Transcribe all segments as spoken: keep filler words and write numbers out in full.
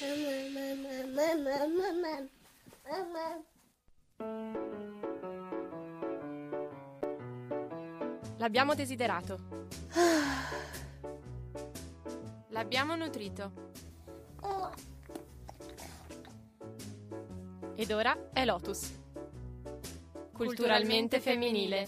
L'abbiamo desiderato. L'abbiamo nutrito. Ed ora è Lotus. Culturalmente femminile.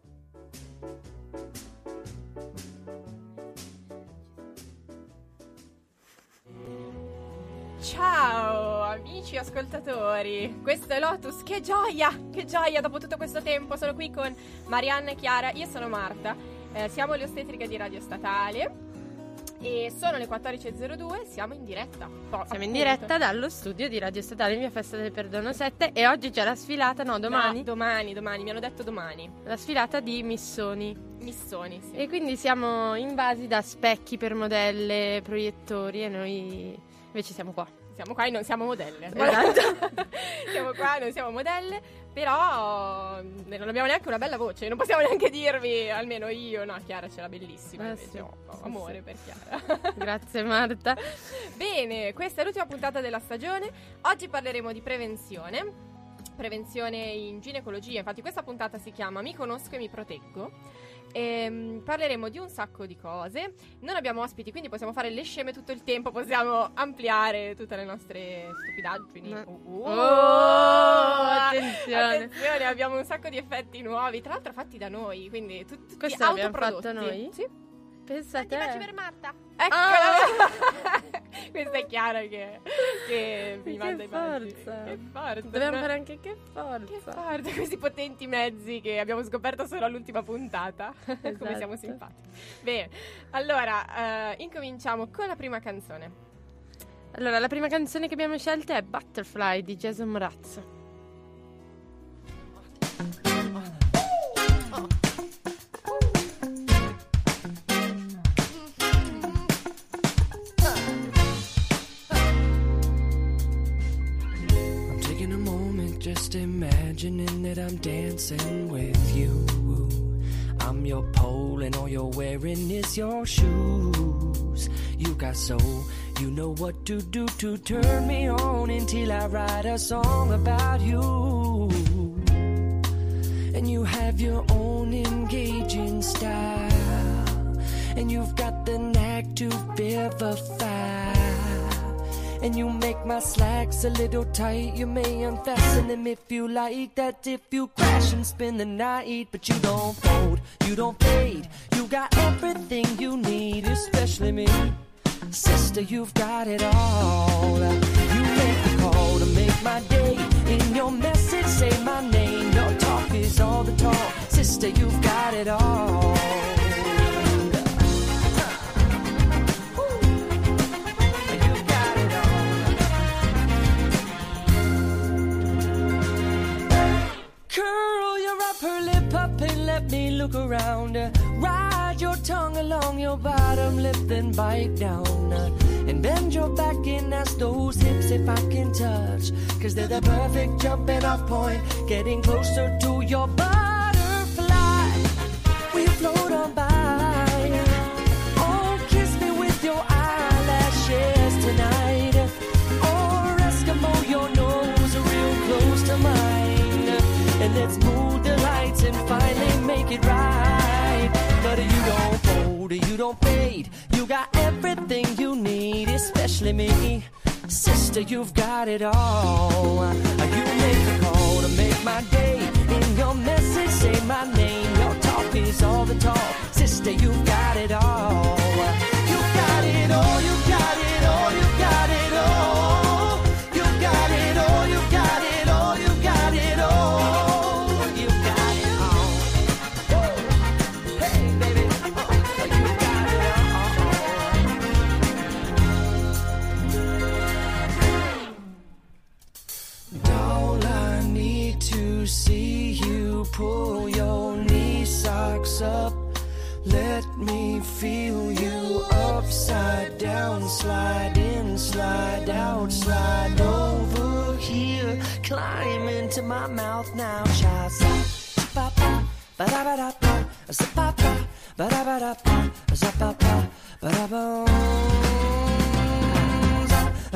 Ciao amici ascoltatori, questo è Lotus, che gioia, che gioia, dopo tutto questo tempo sono qui con Marianna e Chiara, io sono Marta, eh, siamo le ostetriche di Radio Statale e sono le quattordici e zero due, siamo in diretta. Po- siamo appunto. in diretta dallo studio di Radio Statale in via Festa del Perdono sette e oggi c'è la sfilata, no domani? No, domani, domani, mi hanno detto domani. La sfilata di Missoni. Missoni, sì. E quindi siamo invasi da specchi per modelle, proiettori e noi invece siamo qua. Siamo qua e non siamo modelle. Esatto. Siamo qua e non siamo modelle, però non abbiamo neanche una bella voce, non possiamo neanche dirvi, almeno io, no, Chiara ce l'ha bellissima, eh sì, oh, sì, amore sì. per Chiara. Grazie Marta. Bene, questa è l'ultima puntata della stagione, oggi parleremo di prevenzione. Prevenzione in ginecologia, infatti questa puntata si chiama Mi conosco e mi proteggo. E parleremo di un sacco di cose. Non abbiamo ospiti, quindi possiamo fare le sceme tutto il tempo, possiamo ampliare tutte le nostre stupidaggini. Ma... Uh, oh, attenzione. attenzione, abbiamo un sacco di effetti nuovi, tra l'altro fatti da noi, quindi tut- tutti questo l'abbiamo autoprodotti. fatto noi? Sì. Pensa a te. Baci per Marta. Eccola. Ah. Questa è Chiara che, che mi Che manda i baci. forza. Che forza. Dobbiamo no? fare anche che forza. Che forza, questi potenti mezzi che abbiamo scoperto solo all'ultima puntata. Esatto. Come siamo simpatici. Bene, allora, uh, incominciamo con la prima canzone. Allora, la prima canzone che abbiamo scelto è Butterfly di Jason Mraz. Just imagining that I'm dancing with you. I'm your pole and all you're wearing is your shoes. You got soul, you know what to do to turn me on until I write a song about you. And you have your own engaging style, and you've got the knack to vivify. And you make my slacks a little tight. You may unfasten them if you like. That's if you crash and spend the night. But you don't fold, you don't fade. You got everything you need, especially me. Sister, you've got it all. You make the call to make my day. In your message, say my name. Your talk is all the talk. Sister, you've got it all. Let me look around. Ride your tongue along your bottom lip, then bite down. And bend your back and ask those hips if I can touch. Cause they're the perfect jumping off point. Getting closer to your butterfly. We float on by. Oh, kiss me with your eyelashes tonight. Or Eskimo, your nose real close to mine. And let's move the lights and finally make it right. But you don't fold, you don't fade. You got everything you need, especially me. Sister, you've got it all. You make the call to make my day. In your message, say my name. Your talk is all the talk. Sister, you've got it all. You got it all, you got it all, you got it all. You got it all, you got it all, you got it all. See you pull your knee socks up. Let me feel you upside down. Slide in, slide out, slide over here. Climb into my mouth now. Cha-sa-pa-pa, ba-da-ba-da-pa, sa-pa-pa, ba-da-ba-da-pa, sa-pa-pa, ba-da-ba.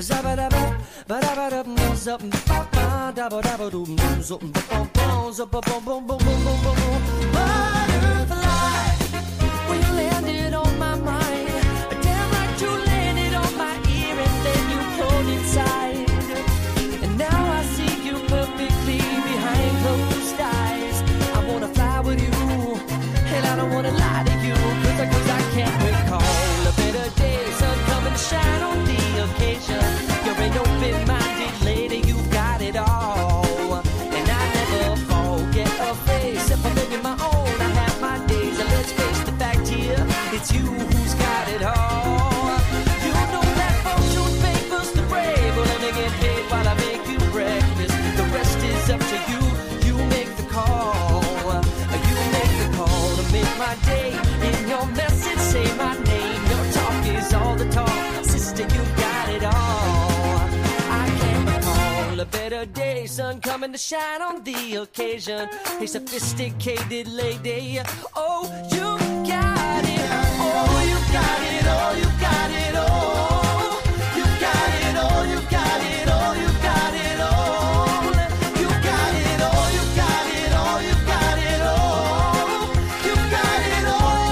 Butterfly, when you landed on my mind, damn right you landed on my ear and then you pulled inside. And now I see you perfectly behind closed eyes. I wanna fly with you, and I don't wanna lie to you, cause I, cause I can't recall a better day, sun come and shine on the occasion. You're an open-minded lady, you got it all, and I never forget a face. If I'm living my own, I have my days, and let's face the fact here, it's you who's got it all. You know that fortune favors the brave, well let me get paid while I make you breakfast. The rest is up to you, you make the call, you make the call to make my day. In your message say my name, your talk is all the talk, sister you got it all. I can't recall a better day, sun coming to shine on the occasion. A sophisticated lady, oh you got it, oh you got it, oh you got it, oh you got it, oh you got it, oh you got it, oh you got it, oh you got it, oh you got it, oh you got it,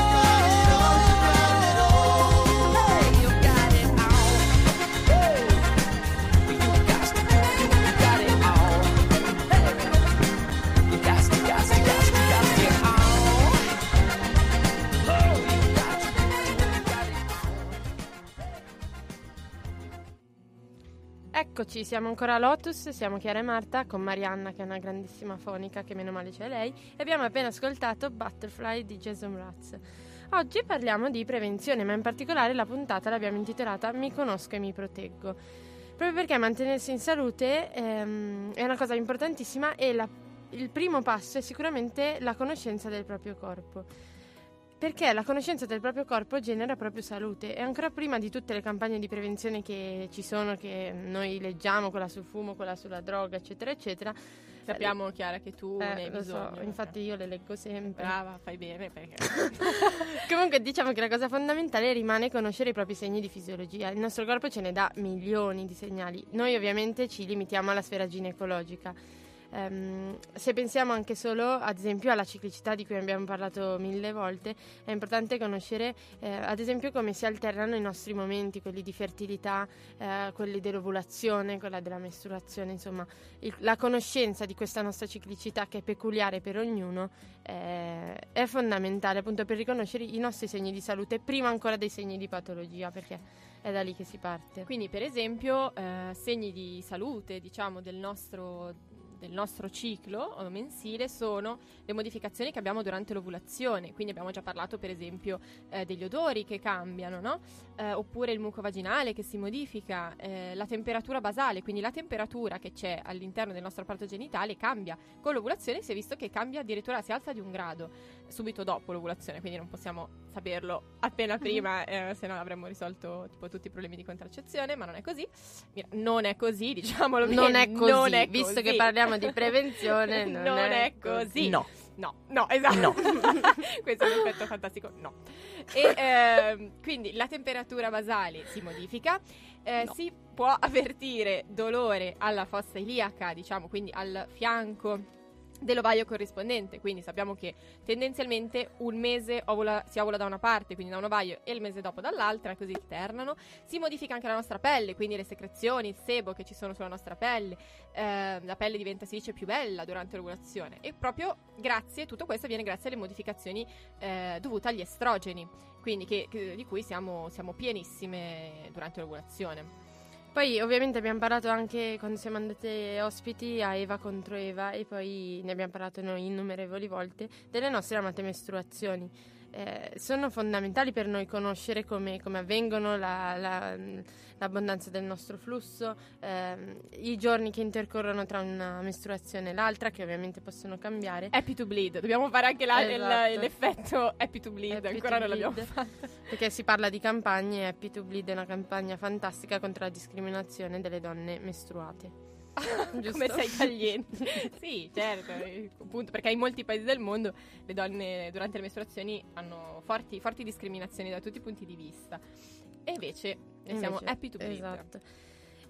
oh hey you got it all, hey you got to, you got it all, hey you got to, got to, got to, got it all, oh you got to, you got it all. Eccoci, siamo ancora a Lotus, siamo Chiara e Marta con Marianna che è una grandissima fonica, che meno male c'è lei, e abbiamo appena ascoltato Butterfly di Jason Mraz. Oggi parliamo di prevenzione, ma in particolare la puntata l'abbiamo intitolata Mi conosco e mi proteggo, proprio perché mantenersi in salute ehm, è una cosa importantissima e la, il primo passo è sicuramente la conoscenza del proprio corpo. Perché la conoscenza del proprio corpo genera proprio salute, e ancora prima di tutte le campagne di prevenzione che ci sono, che noi leggiamo, quella sul fumo, quella sulla droga, eccetera, eccetera. Sappiamo, Chiara, che tu Eh, ne hai lo bisogno. so, infatti io le leggo sempre. Brava, fai bene perché... Comunque diciamo che la cosa fondamentale rimane conoscere i propri segni di fisiologia. Il nostro corpo ce ne dà milioni di segnali. Noi ovviamente ci limitiamo alla sfera ginecologica. Um, se pensiamo anche solo, ad esempio, alla ciclicità di cui abbiamo parlato mille volte, è importante conoscere eh, ad esempio come si alternano i nostri momenti, quelli di fertilità, eh, quelli dell'ovulazione, quella della mestruazione, insomma il, la conoscenza di questa nostra ciclicità, che è peculiare per ognuno, eh, è fondamentale appunto per riconoscere i nostri segni di salute prima ancora dei segni di patologia, perché è da lì che si parte. Quindi per esempio eh, segni di salute, diciamo, del nostro del nostro ciclo mensile sono le modificazioni che abbiamo durante l'ovulazione. Quindi abbiamo già parlato per esempio eh, degli odori che cambiano, no? Eh, oppure il muco vaginale che si modifica, eh, la temperatura basale, quindi la temperatura che c'è all'interno del nostro apparato genitale cambia. Con l'ovulazione si è visto che cambia, addirittura si alza di un grado subito dopo l'ovulazione, quindi non possiamo saperlo appena prima, eh, se no avremmo risolto tipo tutti i problemi di contraccezione, ma non è così. Mira, non è così, diciamolo bene. Non è così, non è visto così. che parliamo di prevenzione, non, non è, è così. No. No, no, esatto. No. Questo è un effetto fantastico. No. E ehm, quindi la temperatura basale si modifica, eh, No. si può avvertire dolore alla fossa iliaca, diciamo, quindi al fianco dell'ovaio corrispondente. Quindi sappiamo che tendenzialmente un mese ovula, si ovula da una parte, quindi da un ovaio, e il mese dopo dall'altra, così alternano. Si modifica anche la nostra pelle, quindi le secrezioni, il sebo che ci sono sulla nostra pelle, eh, la pelle diventa, si dice, più bella durante l'ovulazione, e proprio grazie, tutto questo avviene grazie alle modificazioni eh, dovute agli estrogeni, quindi che, che, di cui siamo, siamo pienissime durante l'ovulazione. Poi ovviamente abbiamo parlato anche, quando siamo andate ospiti, a Eva contro Eva, e poi ne abbiamo parlato noi innumerevoli volte, delle nostre amate mestruazioni. Eh, sono fondamentali per noi conoscere come, come avvengono, la, la, l'abbondanza del nostro flusso, eh, i giorni che intercorrono tra una mestruazione e l'altra, che ovviamente possono cambiare. Happy to bleed, dobbiamo fare anche la, Esatto. il, l'effetto happy to bleed, Happy ancora to non bleed. l'abbiamo fatto. Perché si parla di campagne, Happy to Bleed è una campagna fantastica contro la discriminazione delle donne mestruate. Come sei tagliente. Sì, certo, eh, appunto, perché in molti paesi del mondo le donne durante le mestruazioni hanno forti, forti discriminazioni da tutti i punti di vista, e invece, ne siamo Invece, happy to bleed. Esatto.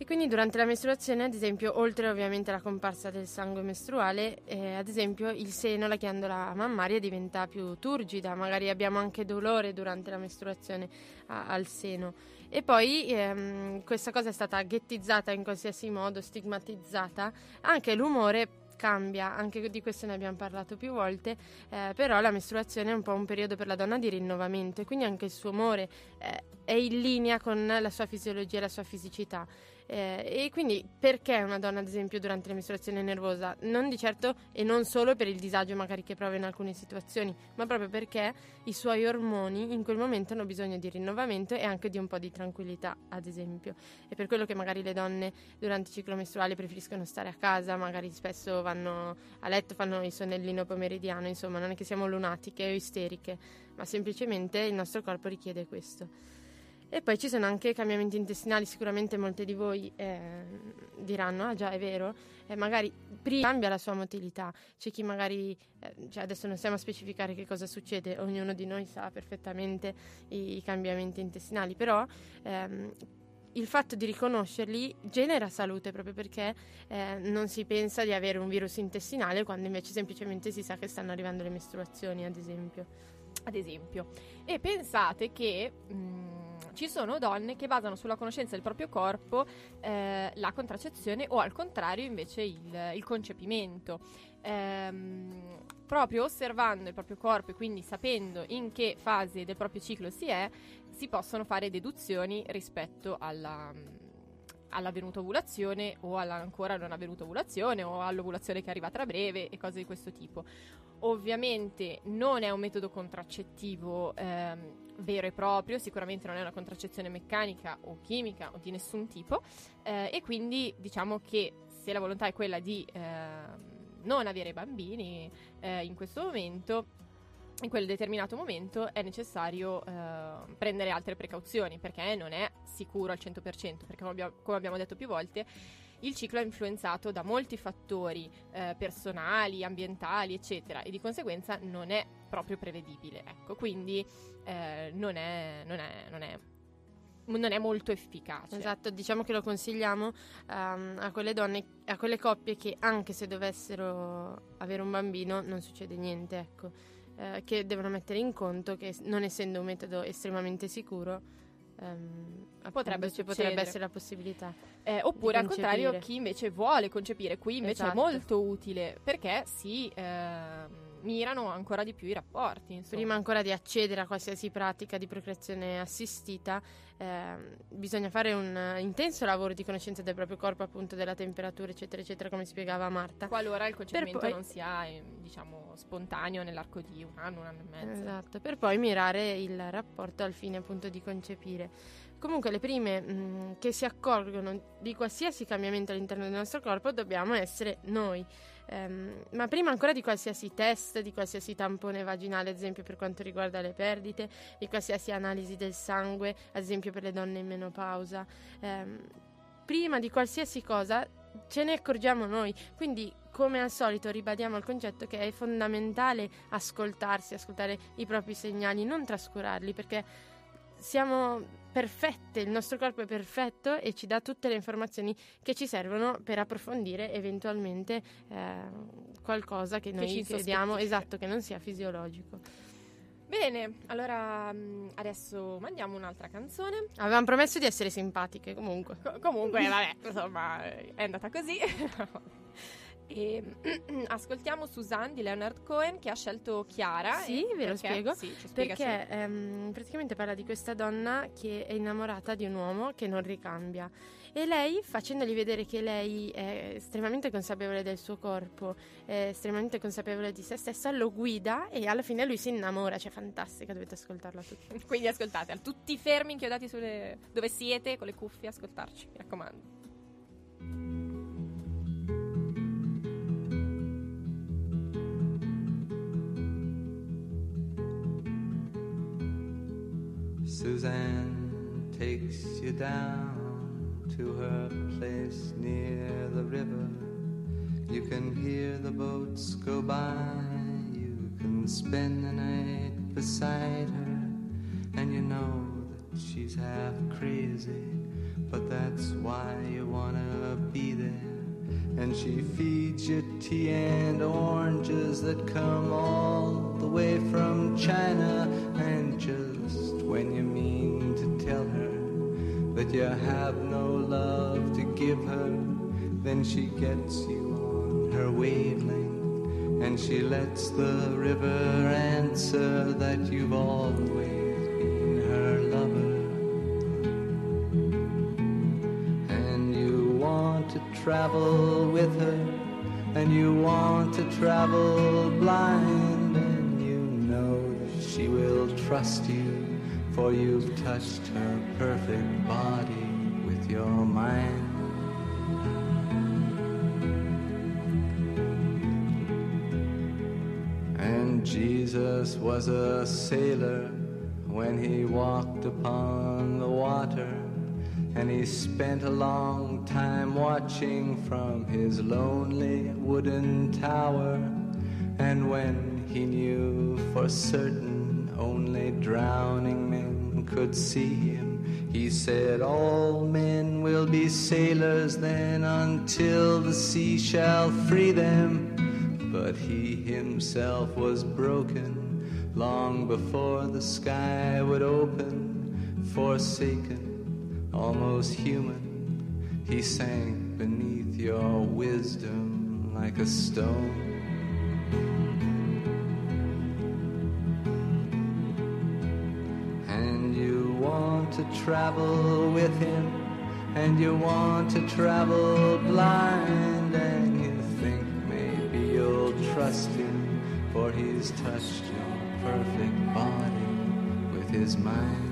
E quindi durante la mestruazione, ad esempio, oltre ovviamente alla comparsa del sangue mestruale, eh, ad esempio il seno, la ghiandola mammaria diventa più turgida, magari abbiamo anche dolore durante la mestruazione a, al seno. E poi ehm, questa cosa è stata ghettizzata in qualsiasi modo, stigmatizzata, anche l'umore cambia, anche di questo ne abbiamo parlato più volte, eh, però la mestruazione è un po' un periodo per la donna di rinnovamento e quindi anche il suo umore eh, è in linea con la sua fisiologia e la sua fisicità. Eh, e quindi perché una donna ad esempio durante la mestruazione è nervosa? Non di certo e non solo per il disagio magari che prova in alcune situazioni, ma proprio perché i suoi ormoni in quel momento hanno bisogno di rinnovamento e anche di un po' di tranquillità, ad esempio. È per quello che magari le donne durante il ciclo mestruale preferiscono stare a casa, magari spesso vanno a letto, fanno il sonnellino pomeridiano, insomma non è che siamo lunatiche o isteriche, ma semplicemente il nostro corpo richiede questo. E poi ci sono anche cambiamenti intestinali, sicuramente molte di voi eh, diranno, ah già è vero, eh, magari prima cambia la sua motilità, c'è chi magari, eh, cioè adesso non stiamo a specificare che cosa succede, ognuno di noi sa perfettamente i, i cambiamenti intestinali, però ehm, il fatto di riconoscerli genera salute proprio perché eh, non si pensa di avere un virus intestinale quando invece semplicemente si sa che stanno arrivando le mestruazioni, ad esempio. Ad esempio. E pensate che mh, ci sono donne che basano sulla conoscenza del proprio corpo eh, la contraccezione o al contrario invece il, il concepimento. Ehm, proprio osservando il proprio corpo e quindi sapendo in che fase del proprio ciclo si è, si possono fare deduzioni rispetto alla... all'avvenuta ovulazione o alla ancora non avvenuta ovulazione o all'ovulazione che arriva tra breve e cose di questo tipo. Ovviamente non è un metodo contraccettivo ehm, vero e proprio, sicuramente non è una contraccezione meccanica o chimica o di nessun tipo eh, e quindi diciamo che se la volontà è quella di eh, non avere bambini eh, in questo momento, in quel determinato momento è necessario eh, prendere altre precauzioni perché non è sicuro al cento per cento, perché come abbiamo, come abbiamo detto più volte il ciclo è influenzato da molti fattori eh, personali, ambientali eccetera e di conseguenza non è proprio prevedibile, ecco, quindi eh, non è, non è, non è non è molto efficace. Esatto, diciamo che lo consigliamo um, a quelle donne, a quelle coppie che anche se dovessero avere un bambino non succede niente, ecco. Eh, che devono mettere in conto che non essendo un metodo estremamente sicuro ehm, potrebbe, ci potrebbe essere la possibilità eh, oppure al contrario chi invece vuole concepire, qui invece esatto. è molto utile perché si eh, mirano ancora di più i rapporti, insomma. Prima ancora di accedere a qualsiasi pratica di procreazione assistita eh, bisogna fare un intenso lavoro di conoscenza del proprio corpo, appunto della temperatura eccetera eccetera, come spiegava Marta, qualora il concepimento poi... non sia eh, diciamo spontaneo nell'arco di un anno, un anno e mezzo. Esatto, per poi mirare il rapporto al fine appunto di concepire. Comunque le prime mh, che si accorgono di qualsiasi cambiamento all'interno del nostro corpo dobbiamo essere noi. Um, ma prima ancora di qualsiasi test, di qualsiasi tampone vaginale, ad esempio per quanto riguarda le perdite, di qualsiasi analisi del sangue, ad esempio per le donne in menopausa, um, prima di qualsiasi cosa ce ne accorgiamo noi, quindi come al solito ribadiamo il concetto che è fondamentale ascoltarsi, ascoltare i propri segnali, non trascurarli, perché siamo perfette, il nostro corpo è perfetto e ci dà tutte le informazioni che ci servono per approfondire eventualmente eh, qualcosa che noi ci crediamo, esatto, che non sia fisiologico. Bene, allora adesso mandiamo un'altra canzone. Avevamo promesso di essere simpatiche comunque. Co- comunque vabbè, insomma è andata così. E ascoltiamo Suzanne di Leonard Cohen che ha scelto Chiara. Sì, ve lo spiego. Sì, ci spiega, perché sì. ehm, praticamente parla di questa donna che è innamorata di un uomo che non ricambia e lei, facendogli vedere che lei è estremamente consapevole del suo corpo, è estremamente consapevole di se stessa, lo guida e alla fine lui si innamora. Cioè fantastica, dovete ascoltarla tutti. Quindi ascoltate, tutti fermi, inchiodati sulle... dove siete, con le cuffie, ascoltarci, mi raccomando. Suzanne takes you down to her place near the river. You can hear the boats go by. You can spend the night beside her. And you know that she's half crazy, but that's why you wanna be there. And she feeds you tea and oranges that come all the way from China. And just when you mean to tell her that you have no love to give her, then she gets you on her wavelength, and she lets the river answer that you've always been her lover. And you want to travel with her, and you want to travel blind, and you know that she will trust you, for you've touched her perfect body with your mind. And Jesus was a sailor when he walked upon the water, and he spent a long time watching from his lonely wooden tower. And when he knew for certain only drowning men could see him, he said, all men will be sailors then until the sea shall free them. But he himself was broken long before the sky would open. Forsaken, almost human, he sank beneath your wisdom like a stone. And you want to travel with him, and you want to travel blind, and you think maybe you'll trust him, for he's touched your perfect body with his mind.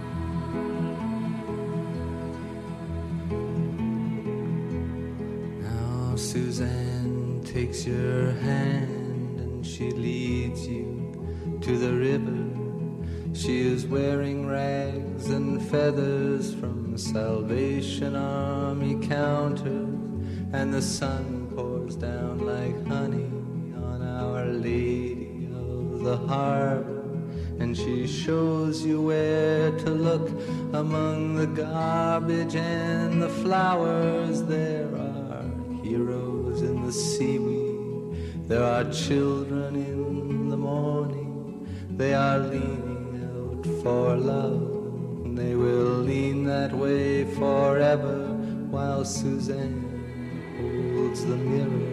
Now Suzanne takes your hand and she leads you to the river. She is wearing rags and feathers from Salvation Army counters, and the sun pours down like honey on Our Lady of the Harbor. And she shows you where to look among the garbage and the flowers. There are heroes in the seaweed, there are children in the morning. They are leaning out for love, and they will lean that way forever while Suzanne holds the mirror.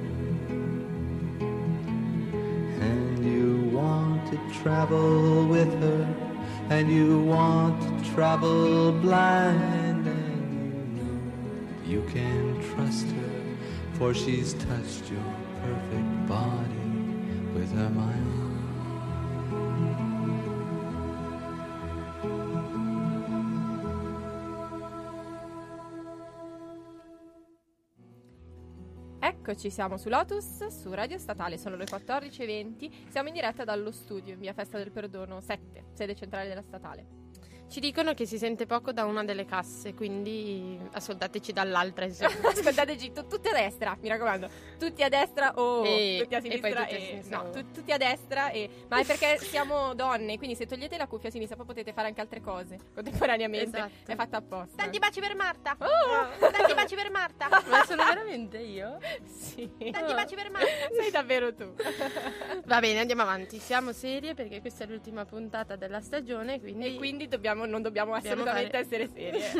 And you want to travel with her, and you want to travel blind, and you know you can trust her, for she's touched your perfect body with her mind. Eccoci, siamo su Lotus, su Radio Statale, sono le quattordici e venti, siamo in diretta dallo studio in via Festa del Perdono sette, sede centrale della Statale. Ci dicono che si sente poco da una delle casse, quindi ascoltateci dall'altra. Ascoltateci tu, tutti a destra, mi raccomando, tutti a destra o e, tutti a sinistra. E poi tutti e, a sinistra. No, tu, tutti a destra, e, ma è perché siamo donne, quindi se togliete la cuffia a sinistra poi potete fare anche altre cose contemporaneamente. Esatto. È fatta apposta. Tanti baci per Marta. Oh! Tanti baci per Marta. Ma sono veramente io? Sì. Tanti baci per Marta. Sei davvero tu. Va bene, andiamo avanti. Siamo serie perché questa è l'ultima puntata della stagione, quindi E quindi dobbiamo, non dobbiamo assolutamente essere serie.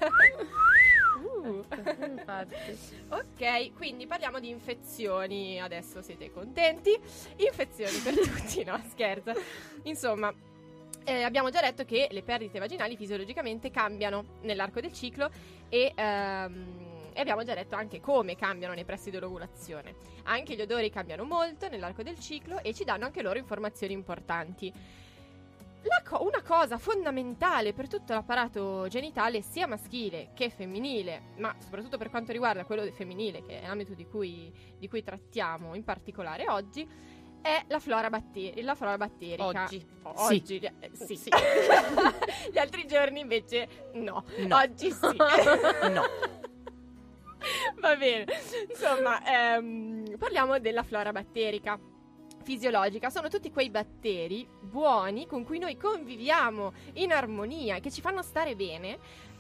uh, infatti. Ok, quindi parliamo di infezioni. Adesso siete contenti? Infezioni per tutti, no, scherzo. Insomma, eh, abbiamo già detto che le perdite vaginali fisiologicamente cambiano nell'arco del ciclo e... Ehm, E abbiamo già detto anche come cambiano nei pressi dell'ovulazione. Anche gli odori cambiano molto nell'arco del ciclo e ci danno anche loro informazioni importanti. La co- una cosa fondamentale per tutto l'apparato genitale, sia maschile che femminile, ma soprattutto per quanto riguarda quello femminile, che è l'ambito di cui, di cui trattiamo in particolare oggi, è la flora, batteri- la flora batterica. Oggi. O- Sì. Oggi, eh, sì. Sì. Gli altri giorni invece no. No. Oggi sì. No. Va bene, insomma, ehm, parliamo della flora batterica fisiologica. Sono tutti quei batteri buoni con cui noi conviviamo in armonia e che ci fanno stare bene,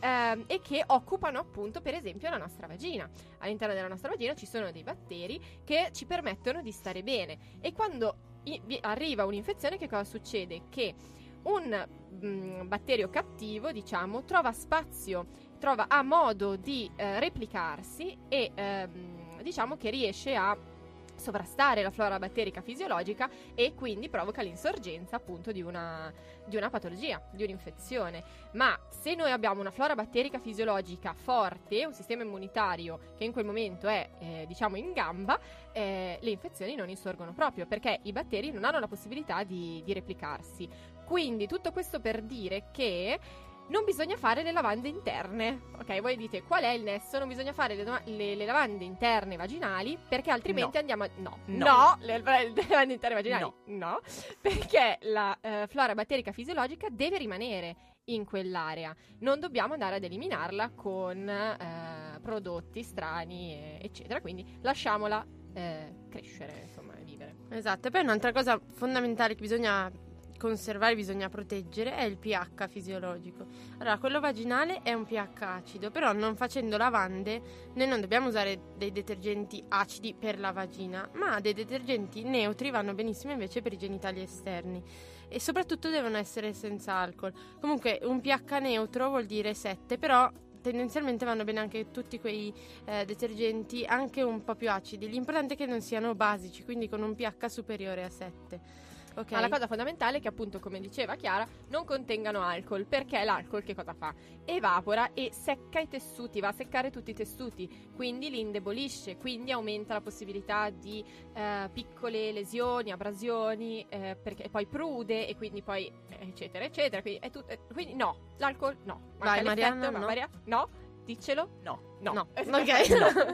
ehm, e che occupano appunto per esempio la nostra vagina. All'interno della nostra vagina ci sono dei batteri che ci permettono di stare bene, e quando i- vi- arriva un'infezione, che cosa succede? Che un mh, batterio cattivo, diciamo, trova spazio, trova ha modo di eh, replicarsi e ehm, diciamo che riesce a sovrastare la flora batterica fisiologica, e quindi provoca l'insorgenza appunto di una, di una patologia, di un'infezione. Ma se noi abbiamo una flora batterica fisiologica forte, un sistema immunitario che in quel momento è eh, diciamo in gamba, eh, le infezioni non insorgono proprio, perché i batteri non hanno la possibilità di, di replicarsi. Quindi tutto questo per dire che non bisogna fare le lavande interne. Ok, voi dite qual è il nesso? Non bisogna fare le, doma- le, le lavande interne vaginali, perché altrimenti No. andiamo a... No, No. no, le, le lavande interne vaginali No. no, perché la eh, flora batterica fisiologica deve rimanere in quell'area. Non dobbiamo andare ad eliminarla con eh, prodotti strani, eh, eccetera. Quindi lasciamola eh, crescere, insomma, e vivere. Esatto, e poi un'altra cosa fondamentale che bisogna conservare, bisogna proteggere, è il pH fisiologico. Allora, quello vaginale è un pH acido, però non facendo lavande noi non dobbiamo usare dei detergenti acidi per la vagina, ma dei detergenti neutri vanno benissimo invece per i genitali esterni, e soprattutto devono essere senza alcol. Comunque un pH neutro vuol dire sette, però tendenzialmente vanno bene anche tutti quei eh, detergenti anche un po' più acidi. L'importante è che non siano basici, quindi con un pH superiore a sette. Okay. Ma la cosa fondamentale è che, appunto, come diceva Chiara, non contengano alcol, perché l'alcol che cosa fa? Evapora e secca i tessuti, va a seccare tutti i tessuti, quindi li indebolisce, quindi aumenta la possibilità di eh, piccole lesioni, abrasioni, eh, perché poi prude, e quindi poi eccetera eccetera, quindi, è tut- eh, quindi no, l'alcol no. Vai, Manca Marianna, l'effetto, ma no. Maria- no? Diccelo? No. No. No, No.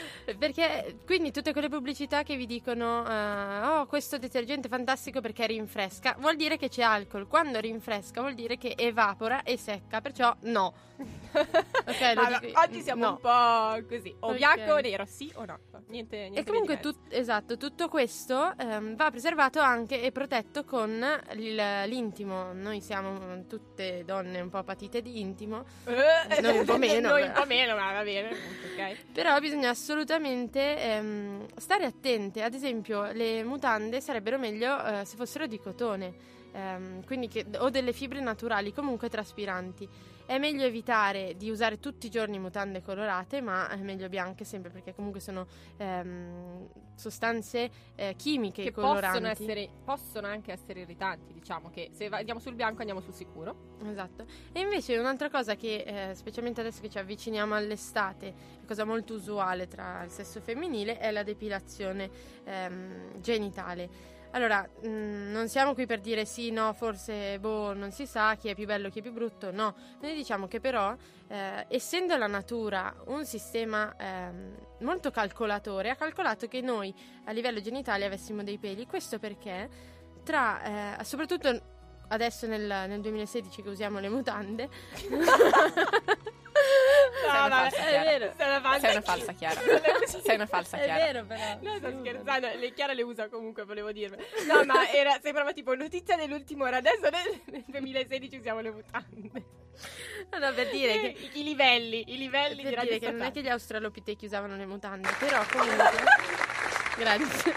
Perché quindi tutte quelle pubblicità che vi dicono eh, oh, questo detergente è fantastico perché rinfresca, vuol dire che c'è alcol. Quando rinfresca vuol dire che evapora e secca, perciò no. Ok, lo Allora, dico- oggi siamo no. un po' così, o Ok. bianco o nero, sì o no, niente, niente E comunque di diverso. tut- esatto, tutto questo ehm, va preservato anche e protetto con il- l'intimo. Noi siamo tutte donne un po' patite di intimo, Eh, Noi un po' meno, noi però. un po' meno, ma va bene, ok. però bisogna assolutamente ehm, stare attente. Ad esempio, le mutande sarebbero meglio eh, se fossero di cotone, ehm, quindi che- o delle fibre naturali, comunque traspiranti. È meglio evitare di usare tutti i giorni mutande colorate, ma è meglio bianche sempre, perché comunque sono ehm, sostanze eh, chimiche Che coloranti. possono essere, possono anche essere irritanti, diciamo che se va- andiamo sul bianco andiamo sul sicuro. Esatto. E invece un'altra cosa che, eh, specialmente adesso che ci avviciniamo all'estate, è cosa molto usuale tra il sesso femminile, è la depilazione ehm, genitale. Allora, mh, non siamo qui per dire sì, no, forse, boh, non si sa chi è più bello, chi è più brutto, no. Noi diciamo che però, eh, essendo la natura un sistema ehm, molto calcolatore, ha calcolato che noi a livello genitale avessimo dei peli. Questo perché, tra, eh, soprattutto adesso nel, nel duemilasedici che usiamo le mutande, Sei una falsa è Chiara. vero, sei una falsa, Sei una falsa Chiara. Sei una falsa è Chiara. vero però. No, sto scherzando, le Chiara le usa comunque, volevo dirvi. No, ma era, sembrava tipo notizia dell'ultimo ora, adesso nel, nel duemilasedici usiamo le mutande. No, per dire che, I, i livelli, i livelli di per dire che non è radiostatale. che gli australopitechi usavano le mutande, però comunque grazie.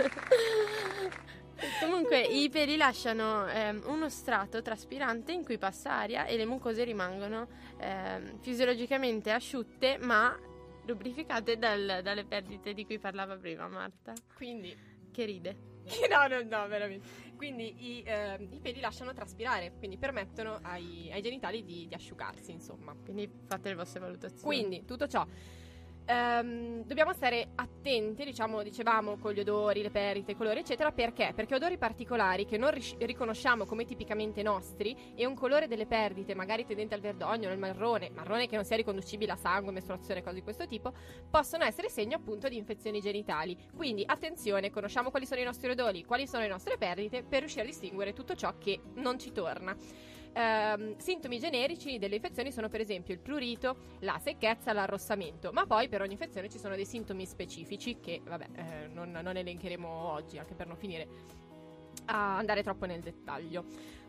Comunque i peli lasciano ehm, uno strato traspirante in cui passa aria e le mucose rimangono ehm, fisiologicamente asciutte ma lubrificate dal- dalle perdite di cui parlava prima Marta, Quindi, che ride. no, no, no, veramente. Quindi i, ehm, i peli lasciano traspirare, quindi permettono ai, ai genitali di, di asciugarsi, insomma. Quindi fate le vostre valutazioni. Quindi, tutto ciò. Ehm, dobbiamo stare attenti, diciamo, dicevamo, con gli odori, le perdite, i colori, eccetera. Perché? Perché odori particolari che non ris- riconosciamo come tipicamente nostri, e un colore delle perdite, magari tendente al verdogno, al marrone, marrone che non sia riconducibile a sangue, mestruazione, cose di questo tipo, possono essere segno appunto di infezioni genitali. Quindi attenzione, conosciamo quali sono i nostri odori, quali sono le nostre perdite, per riuscire a distinguere tutto ciò che non ci torna. Ehm, sintomi generici delle infezioni sono per esempio il prurito, la secchezza, l'arrossamento, ma poi per ogni infezione ci sono dei sintomi specifici che vabbè eh, non, non elencheremo oggi, anche per non finire a andare troppo nel dettaglio.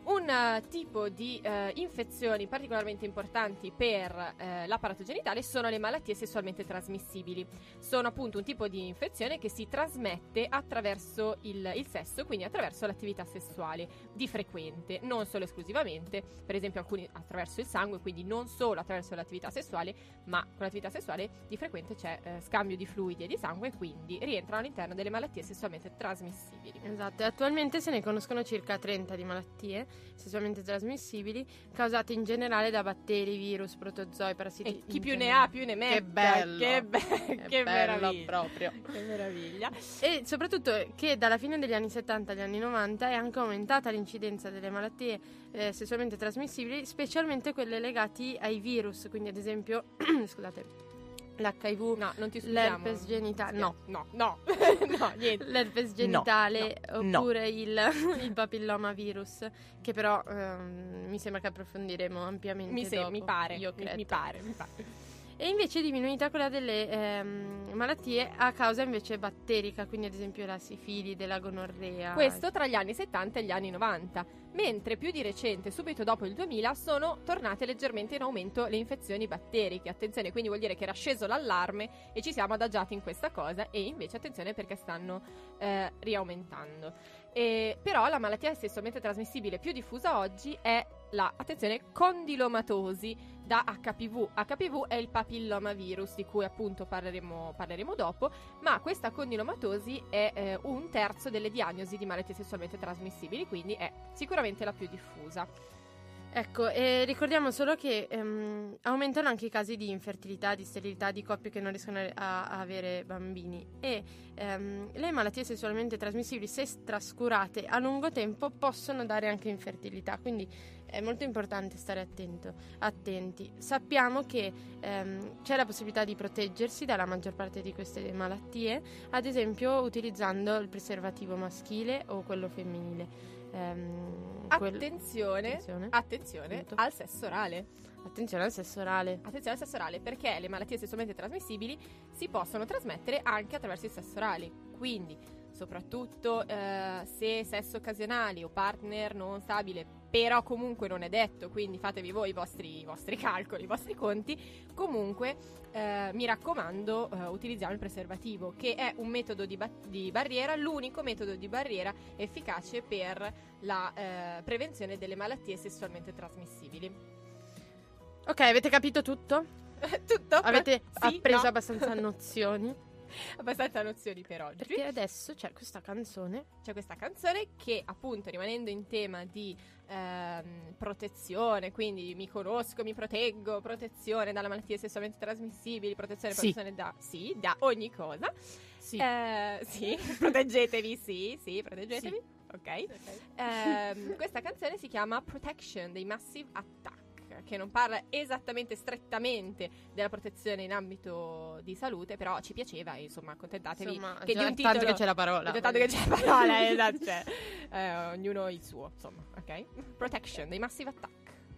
Un uh, tipo di uh, infezioni particolarmente importanti per uh, l'apparato genitale sono le malattie sessualmente trasmissibili. Sono appunto un tipo di infezione che si trasmette attraverso il, il sesso, quindi attraverso l'attività sessuale di frequente, non solo esclusivamente, per esempio alcuni attraverso il sangue, quindi non solo attraverso l'attività sessuale, ma con l'attività sessuale di frequente c'è uh, scambio di fluidi e di sangue, e quindi rientrano all'interno delle malattie sessualmente trasmissibili. Esatto, e attualmente se ne conoscono circa trenta di malattie sessualmente trasmissibili causate in generale da batteri, virus, protozoi, parassiti. E chi in più ne generale. ha più ne metta. Che bello, che, be- che che bello meraviglia proprio. Che meraviglia. E soprattutto che dalla fine degli anni settanta agli anni novanta è anche aumentata l'incidenza delle malattie eh, sessualmente trasmissibili, specialmente quelle legate ai virus, quindi ad esempio scusate, l'H I V, No, non ti scusiamo. l'herpes genitale, no, No, no, no, niente. l'herpes genitale no, no. oppure il, il papillomavirus, che però ehm, mi sembra che approfondiremo ampiamente Mi, se- dopo. mi pare, Io mi, credo. mi pare, mi pare. E invece è diminuita quella delle ehm, malattie a causa invece batterica, quindi ad esempio la sifilide, la gonorrea. Questo tra gli anni settanta e gli anni novanta, mentre più di recente, subito dopo il duemila, sono tornate leggermente in aumento le infezioni batteriche. Attenzione, quindi vuol dire che era sceso l'allarme e ci siamo adagiati in questa cosa, e invece attenzione perché stanno eh, riaumentando. E, però la malattia sessualmente trasmissibile più diffusa oggi è la, attenzione, condilomatosi da H P V. H P V è il papillomavirus di cui appunto parleremo, parleremo dopo, ma questa condilomatosi è eh, un terzo delle diagnosi di malattie sessualmente trasmissibili, quindi è sicuramente la più diffusa. Ecco, e ricordiamo solo che ehm, aumentano anche i casi di infertilità, di sterilità, di coppie che non riescono a, a avere bambini, e ehm, le malattie sessualmente trasmissibili, se trascurate a lungo tempo, possono dare anche infertilità, quindi è molto importante stare attento, attenti. Sappiamo che ehm, c'è la possibilità di proteggersi dalla maggior parte di queste malattie, ad esempio utilizzando il preservativo maschile o quello femminile. Ehm, quel- Attenzione, attenzione. attenzione Appunto. al sesso orale. Attenzione al sesso orale. Attenzione al sesso orale, perché le malattie sessualmente trasmissibili si possono trasmettere anche attraverso il sesso orale. Quindi, soprattutto eh, se sesso occasionali o partner non stabile, però comunque non è detto, quindi fatevi voi i vostri, i vostri calcoli, i vostri conti. Comunque, eh, mi raccomando, eh, utilizziamo il preservativo, che è un metodo di, ba- di barriera, l'unico metodo di barriera efficace per la eh, prevenzione delle malattie sessualmente trasmissibili. Ok, avete capito tutto? Tutto? Avete Sì, appreso no. abbastanza nozioni? Abbastanza nozioni per oggi. Perché adesso c'è questa canzone. C'è questa canzone che, appunto, rimanendo in tema di ehm, protezione, quindi mi conosco, mi proteggo, protezione dalle malattie sessualmente trasmissibili, protezione, Sì. protezione da, sì, da ogni cosa. Sì. Eh, sì, proteggetevi, sì, sì, proteggetevi. Ok. Ehm, questa canzone si chiama Protection dei Massive Attack, che non parla esattamente strettamente della protezione in ambito di salute, però ci piaceva, e insomma accontentatevi Insomma, che già- di un titolo, tanto che c'è la parola. tanto che c'è la parola, esatto, cioè, eh, ognuno il suo, insomma, ok? Protection dei Massive Attack.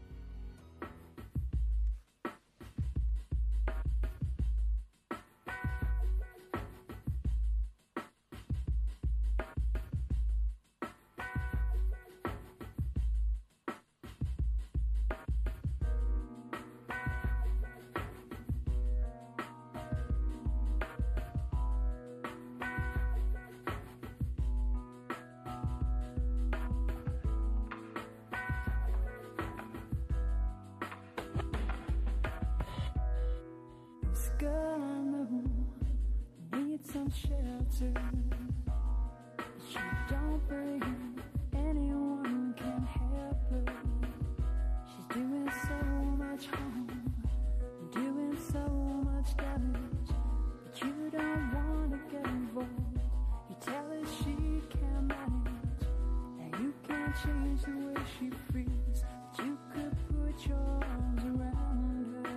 This girl I know needs some shelter. She don't believe anyone can help her. She's doing so much harm, doing so much damage, but you don't want to get involved. You tell her she can manage, and you can't change the way she feels, but you could put your arms around her.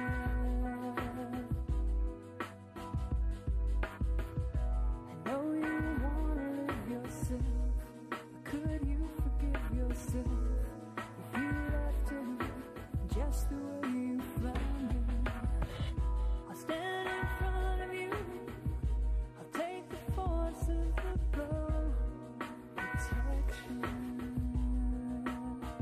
I know you wanna live yourself, but could you forgive yourself if you left her just the way you found her? I'll stand in front of you, I'll take the force of the blow. Protection.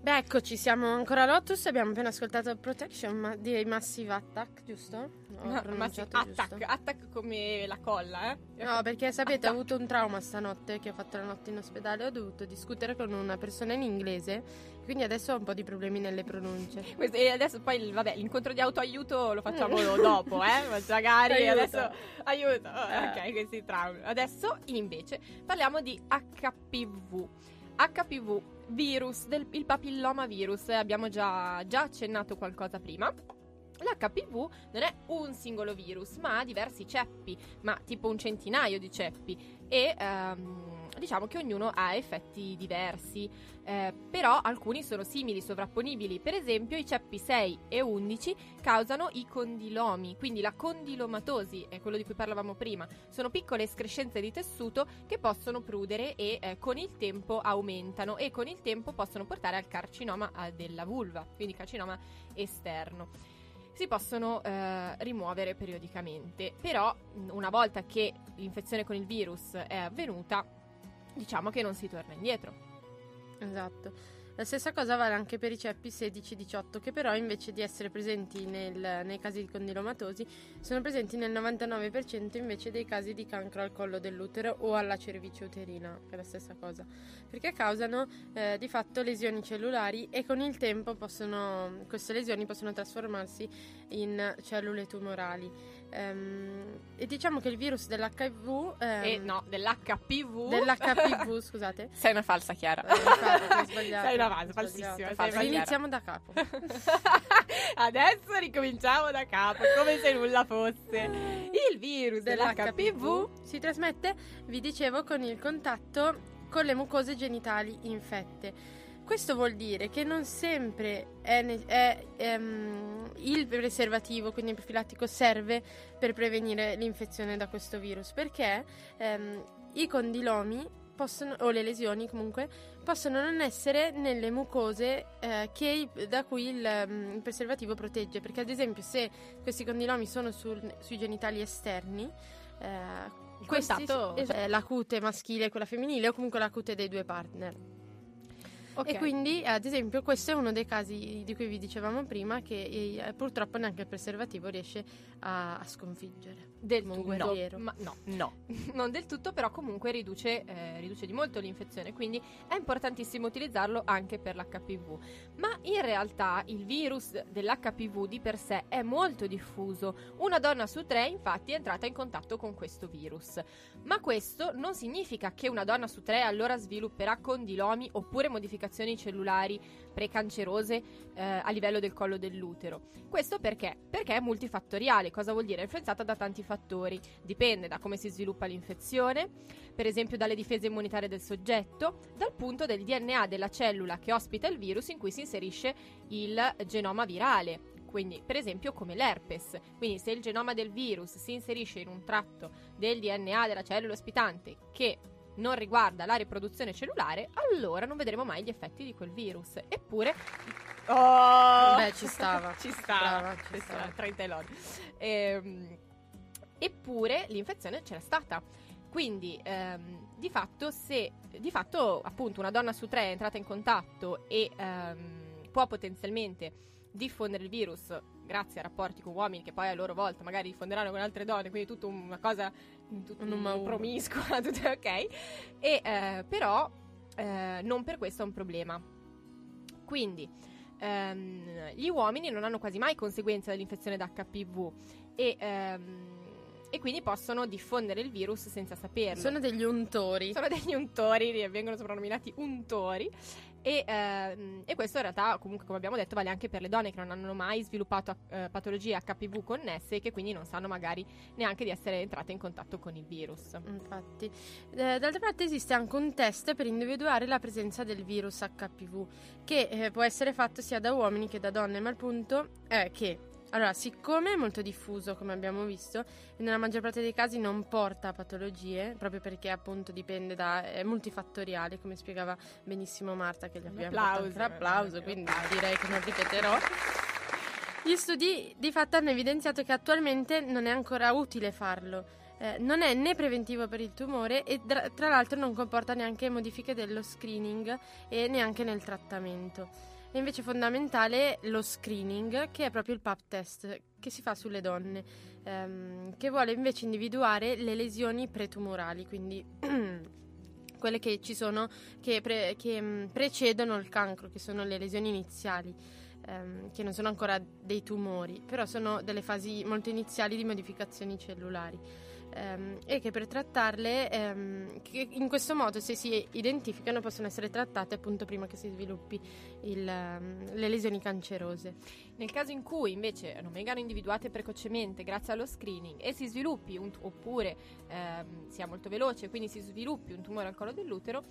Beh, eccoci, siamo ancora a Lotus, abbiamo appena ascoltato Protection ma- di Massive Attack, giusto? Ho Ma- ma sì, pronunciato attack, giusto? attack come la colla, eh? No, perché sapete, ho Attack. avuto un trauma stanotte, che ho fatto la notte in ospedale, ho dovuto discutere con una persona in inglese, quindi adesso ho un po' di problemi nelle pronunce. Questo- E adesso poi, vabbè, l'incontro di autoaiuto lo facciamo dopo, eh? Magari Aiuto. adesso aiuto. Oh, Eh. Ok, questi traumi. Adesso invece parliamo di H P V. H P V, virus, del, il papilloma virus, eh, abbiamo già, già accennato qualcosa prima. L'H P V non è un singolo virus, ma ha diversi ceppi, ma tipo un centinaio di ceppi e ehm, diciamo che ognuno ha effetti diversi, eh, però alcuni sono simili, sovrapponibili. Per esempio i ceppi sei e undici causano i condilomi, quindi la condilomatosi è quello di cui parlavamo prima. Sono piccole escrescenze di tessuto che possono prudere e eh, con il tempo aumentano e con il tempo possono portare al carcinoma eh, della vulva, quindi carcinoma esterno. Si possono eh, rimuovere periodicamente, però mh, una volta che l'infezione con il virus è avvenuta, diciamo che non si torna indietro. Esatto. La stessa cosa vale anche per i ceppi sedici diciotto, che però invece di essere presenti nel- nei casi di condilomatosi sono presenti nel novantanove per cento invece dei casi di cancro al collo dell'utero o alla cervice uterina, che è la stessa cosa, perché causano eh, di fatto lesioni cellulari e con il tempo possono, queste lesioni possono trasformarsi in cellule tumorali. Ehm, e diciamo che il virus dell'H I V ehm, E no, dell'H P V. dell'H P V, scusate. Sei una falsa, Chiara. Eh, infatti, ho sbagliato, Sei una ho falsa, sbagliato. falsissima, sei falsa. Riniziamo da capo. Adesso ricominciamo da capo, come se nulla fosse. Il virus dell'H P V si trasmette, vi dicevo, con il contatto con le mucose genitali infette. Questo vuol dire che non sempre è, ne- è, ehm, il preservativo, quindi il profilattico, serve per prevenire l'infezione da questo virus, perché ehm, i condilomi possono, o le lesioni comunque, possono non essere nelle mucose eh, che, da cui il, um, il preservativo protegge, perché ad esempio se questi condilomi sono sul, sui genitali esterni, eh, Il questi, contatto- es- eh, la cute maschile e quella femminile, o comunque la cute dei due partner. Ok. E quindi, ad esempio, questo è uno dei casi di cui vi dicevamo prima, che eh, purtroppo neanche il preservativo riesce a, a sconfiggere. Del un tutto, guerriero. ma no, No. non del tutto, però comunque riduce, eh, riduce di molto l'infezione, quindi è importantissimo utilizzarlo anche per l'H P V. Ma in realtà il virus dell'H P V di per sé è molto diffuso. Una donna su tre infatti è entrata in contatto con questo virus. Ma questo non significa che una donna su tre allora svilupperà condilomi oppure modificazioni cellulari precancerose eh, a livello del collo dell'utero. Questo perché? Perché è multifattoriale. Cosa vuol dire? È influenzata da tanti fattori. Dipende da come si sviluppa l'infezione, per esempio dalle difese immunitarie del soggetto, dal punto del D N A della cellula che ospita il virus in cui si inserisce il genoma virale. Quindi, per esempio, come l'herpes. Quindi, se il genoma del virus si inserisce in un tratto del D N A della cellula ospitante che non riguarda la riproduzione cellulare, allora non vedremo mai gli effetti di quel virus. Eppure... Oh! Beh, ci stava. ci stava. Brava, ci ci stava. stava. trenta e lode. Ehm, eppure l'infezione c'era stata. Quindi, ehm, di fatto, se di fatto, appunto, una donna su tre è entrata in contatto e ehm, può potenzialmente diffondere il virus grazie a rapporti con uomini che poi a loro volta magari diffonderanno con altre donne, quindi tutta una cosa tut- Un umma umma. promiscua, tutto ok. E eh, però eh, non per questo è un problema. Quindi ehm, gli uomini non hanno quasi mai conseguenze dall'infezione da H P V e ehm, e quindi possono diffondere il virus senza saperlo. Sono degli untori. Sono degli untori, vengono soprannominati untori. E, ehm, e questo in realtà, comunque, come abbiamo detto, vale anche per le donne che non hanno mai sviluppato eh, patologie H P V connesse e che quindi non sanno magari neanche di essere entrate in contatto con il virus. Infatti, eh, d'altra parte esiste anche un test per individuare la presenza del virus H P V che eh, può essere fatto sia da uomini che da donne, ma il punto è che, allora, siccome è molto diffuso, come abbiamo visto, e nella maggior parte dei casi non porta a patologie, proprio perché appunto dipende da, è multifattoriale, come spiegava benissimo Marta, che gli abbiamo Applauso. fatto anche l'applauso, quindi direi che non ripeterò. Gli studi di fatto hanno evidenziato che attualmente non è ancora utile farlo. Eh, non è né preventivo per il tumore e tra, tra l'altro non comporta neanche modifiche dello screening e neanche nel trattamento. è invece fondamentale lo screening, che è proprio il pap test che si fa sulle donne, ehm, che vuole invece individuare le lesioni pretumorali, quindi quelle che ci sono, che, pre- che mh, precedono il cancro, che sono le lesioni iniziali, ehm, che non sono ancora dei tumori, però sono delle fasi molto iniziali di modificazioni cellulari. Ehm, e che per trattarle, ehm, che in questo modo, se si identificano, possono essere trattate appunto prima che si sviluppi il, um, le lesioni cancerose. Nel caso in cui invece non vengano individuate precocemente grazie allo screening e si sviluppi un, oppure ehm, sia molto veloce, quindi si sviluppi un tumore al collo dell'utero,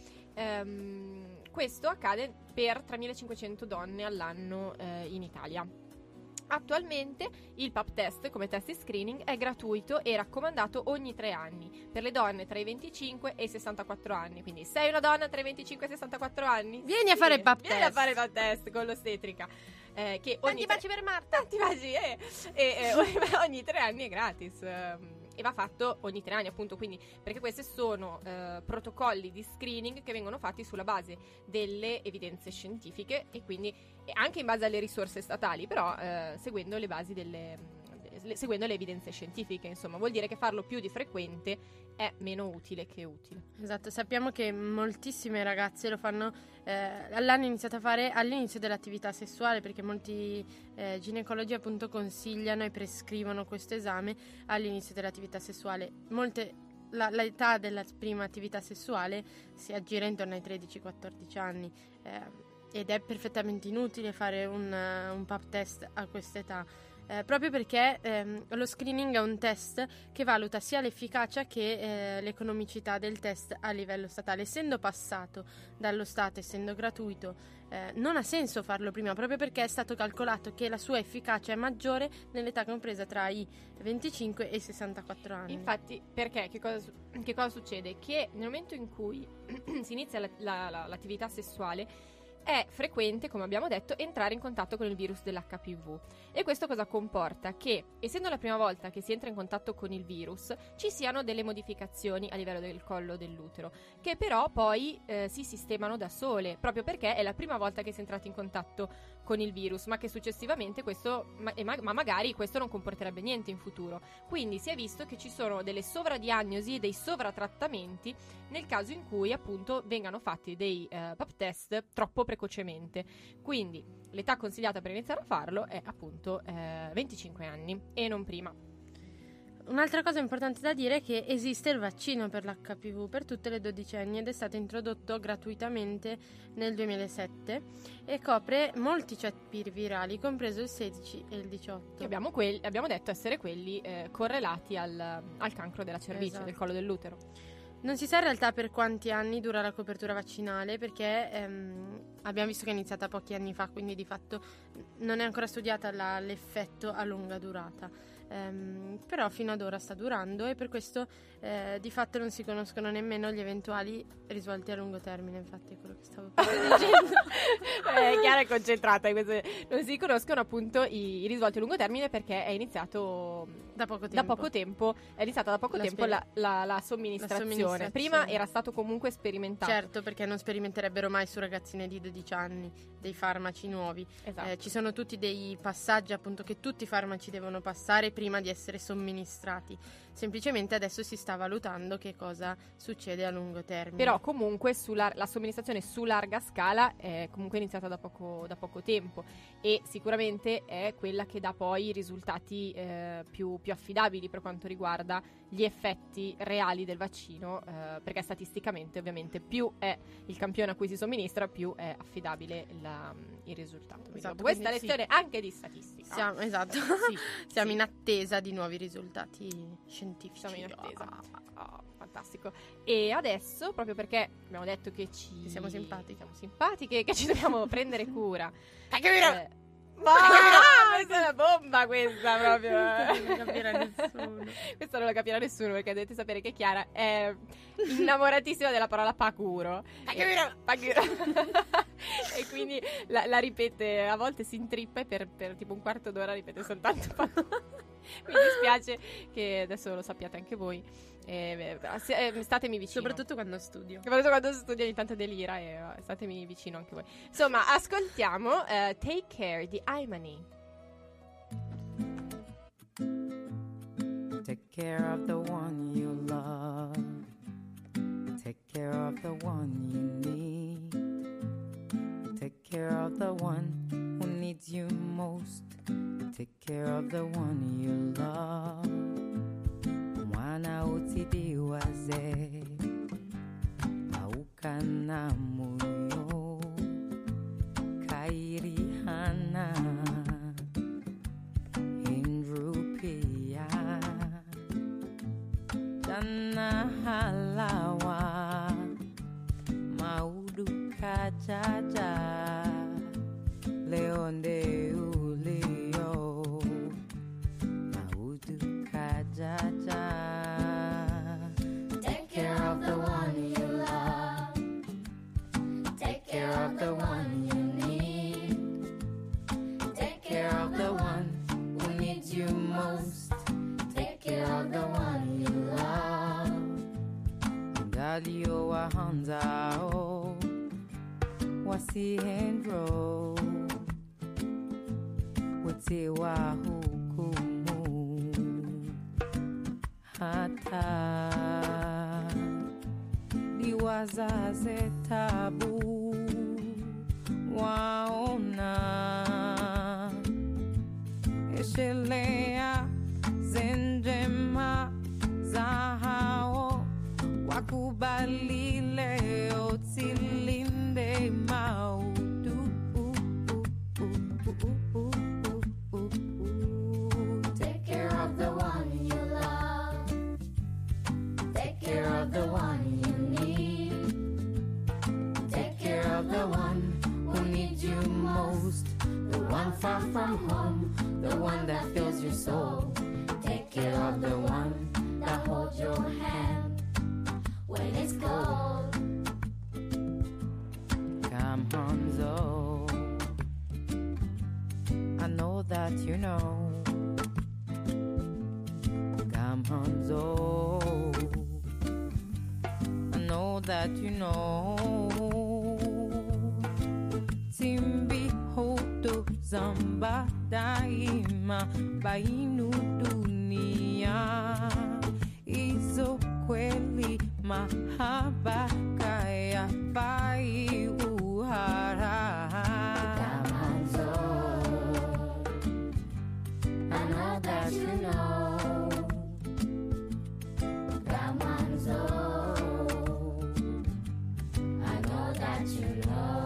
ehm, questo accade per tremilacinquecento donne all'anno eh, in Italia. Attualmente il pap test come test di screening è gratuito e raccomandato ogni tre anni per le donne tra i venticinque e i sessantaquattro anni. Quindi sei una donna tra i venticinque e i sessantaquattro anni? Vieni a fare il pap vieni test. a fare il pap test con l'ostetrica. Eh, che ogni Tanti baci tre... per Marta. Tanti baci, eh. E eh, ogni, ogni tre anni è gratis. ehm, E va fatto ogni tre anni, appunto, quindi perché questi sono eh, protocolli di screening che vengono fatti sulla base delle evidenze scientifiche e quindi e anche in base alle risorse statali, però eh, seguendo le basi delle le, seguendo le evidenze scientifiche, insomma, vuol dire che farlo più di frequente è meno utile che utile. Esatto, sappiamo che moltissime ragazze lo fanno, eh, l'hanno iniziato a fare all'inizio dell'attività sessuale, perché molti eh, ginecologi appunto consigliano e prescrivono questo esame all'inizio dell'attività sessuale. Molte, la, l'età della prima attività sessuale si aggira intorno ai tredici quattordici anni, eh, ed è perfettamente inutile fare un, uh, un pap test a quest'età. Eh, proprio perché ehm, lo screening è un test che valuta sia l'efficacia che eh, l'economicità del test a livello statale. Essendo passato dallo Stato, essendo gratuito, eh, non ha senso farlo prima, proprio perché è stato calcolato che la sua efficacia è maggiore nell'età compresa tra i venticinque e i sessantaquattro anni. Infatti, perché? Che cosa, che cosa succede? Che nel momento in cui si inizia la, la, la, l'attività sessuale, è frequente, come abbiamo detto, entrare in contatto con il virus dell'H P V. E questo cosa comporta? Che, essendo la prima volta che si entra in contatto con il virus, ci siano delle modificazioni a livello del collo dell'utero, che però poi eh, si sistemano da sole, proprio perché è la prima volta che si è entrati in contatto con il virus, ma che successivamente questo, ma, ma, ma magari questo non comporterebbe niente in futuro. Quindi si è visto che ci sono delle sovradiagnosi e dei sovratrattamenti nel caso in cui appunto vengano fatti dei eh, pap test troppo precocemente. Quindi l'età consigliata per iniziare a farlo è appunto eh, venticinque anni e non prima. Un'altra cosa importante da dire è che esiste il vaccino per l'H P V per tutte le dodicenni ed è stato introdotto gratuitamente nel duemilasette e copre molti ceppi virali, compreso il sedici e il diciotto. Che abbiamo, quelli, abbiamo detto essere quelli eh, correlati al, al cancro della cervice, esatto, del collo dell'utero. Non si sa in realtà per quanti anni dura la copertura vaccinale, perché ehm, abbiamo visto che è iniziata pochi anni fa, quindi di fatto non è ancora studiata la, l'effetto a lunga durata. Um, però fino ad ora sta durando e per questo eh, di fatto non si conoscono nemmeno gli eventuali risvolti a lungo termine. Infatti è quello che stavo dicendo. eh, Chiara è concentrata in questo. Non si conoscono appunto i, i risvolti a lungo termine perché è iniziato da poco tempo, da poco tempo è iniziata da poco la tempo speri- la, la, la, somministrazione. la somministrazione. Prima era stato comunque sperimentato. Certo, perché non sperimenterebbero mai su ragazzine di dodici anni dei farmaci nuovi. Esatto. Eh, ci sono tutti dei passaggi appunto che tutti i farmaci devono passare prima di essere somministrati. Semplicemente adesso si sta valutando che cosa succede a lungo termine. Però comunque sulla, la somministrazione su larga scala è comunque iniziata da poco, da poco tempo e sicuramente è quella che dà poi i risultati eh, più, più affidabili per quanto riguarda gli effetti reali del vaccino, eh, perché statisticamente ovviamente più è il campione a cui si somministra, più è affidabile la, il risultato. Quindi Esatto, questa quindi lezione sì, anche di statistica. Siamo, esatto. Sì, Siamo sì. in attesa di nuovi risultati scientifici. Siamo in attesa. Oh, fantastico. E adesso, proprio perché abbiamo detto che ci siamo simpatiche, siamo simpatiche, che ci dobbiamo prendere cura. Eh, Ma questa è una bomba, questa proprio. non lo capirà nessuno. Questo non lo capirà nessuno perché dovete sapere che Chiara è innamoratissima della parola paguro. E, paguro. E quindi la, la ripete, a volte si intrippa e per, per tipo un quarto d'ora ripete soltanto paguro. Mi dispiace che adesso lo sappiate anche voi. Eh, se, eh, statemi vicino. Soprattutto quando studio. Soprattutto quando studio ogni tanto delira e eh, statemi vicino anche voi. Insomma, ascoltiamo eh, Take Care di I-Money. Take care of the one you love. Take care of the one you need. Take care of the one who needs you most. Take care of the one you love. Mwana utidiwaze aukana moyo kairi hana indrupia jana halawa maudu kajaja leonde ulio maudu kajaja. Take care of the one you love. Take care of the one you need. Take care of the one who needs you most. Take care of the one you love. Dalio wa hanzao wasihendro wote wa hukumu hata liwazaze tabu waona eshelea zenjema za hao wakubali leo tilinde maudu. Take care of the one you love. Take care of the one you need. Take care of the one who needs you most. The one far from home, the one that fills your soul. Take care of the one that holds your hand when it's cold. Come Hanzo, I know that you know. Come Hanzo, I know that you know. Timbi hodo zamba daima bainu dunia. Izo kweli mahaba kaya bai uhara. Come Hanzo, I know that you know. Come Hanzo, I know that you know.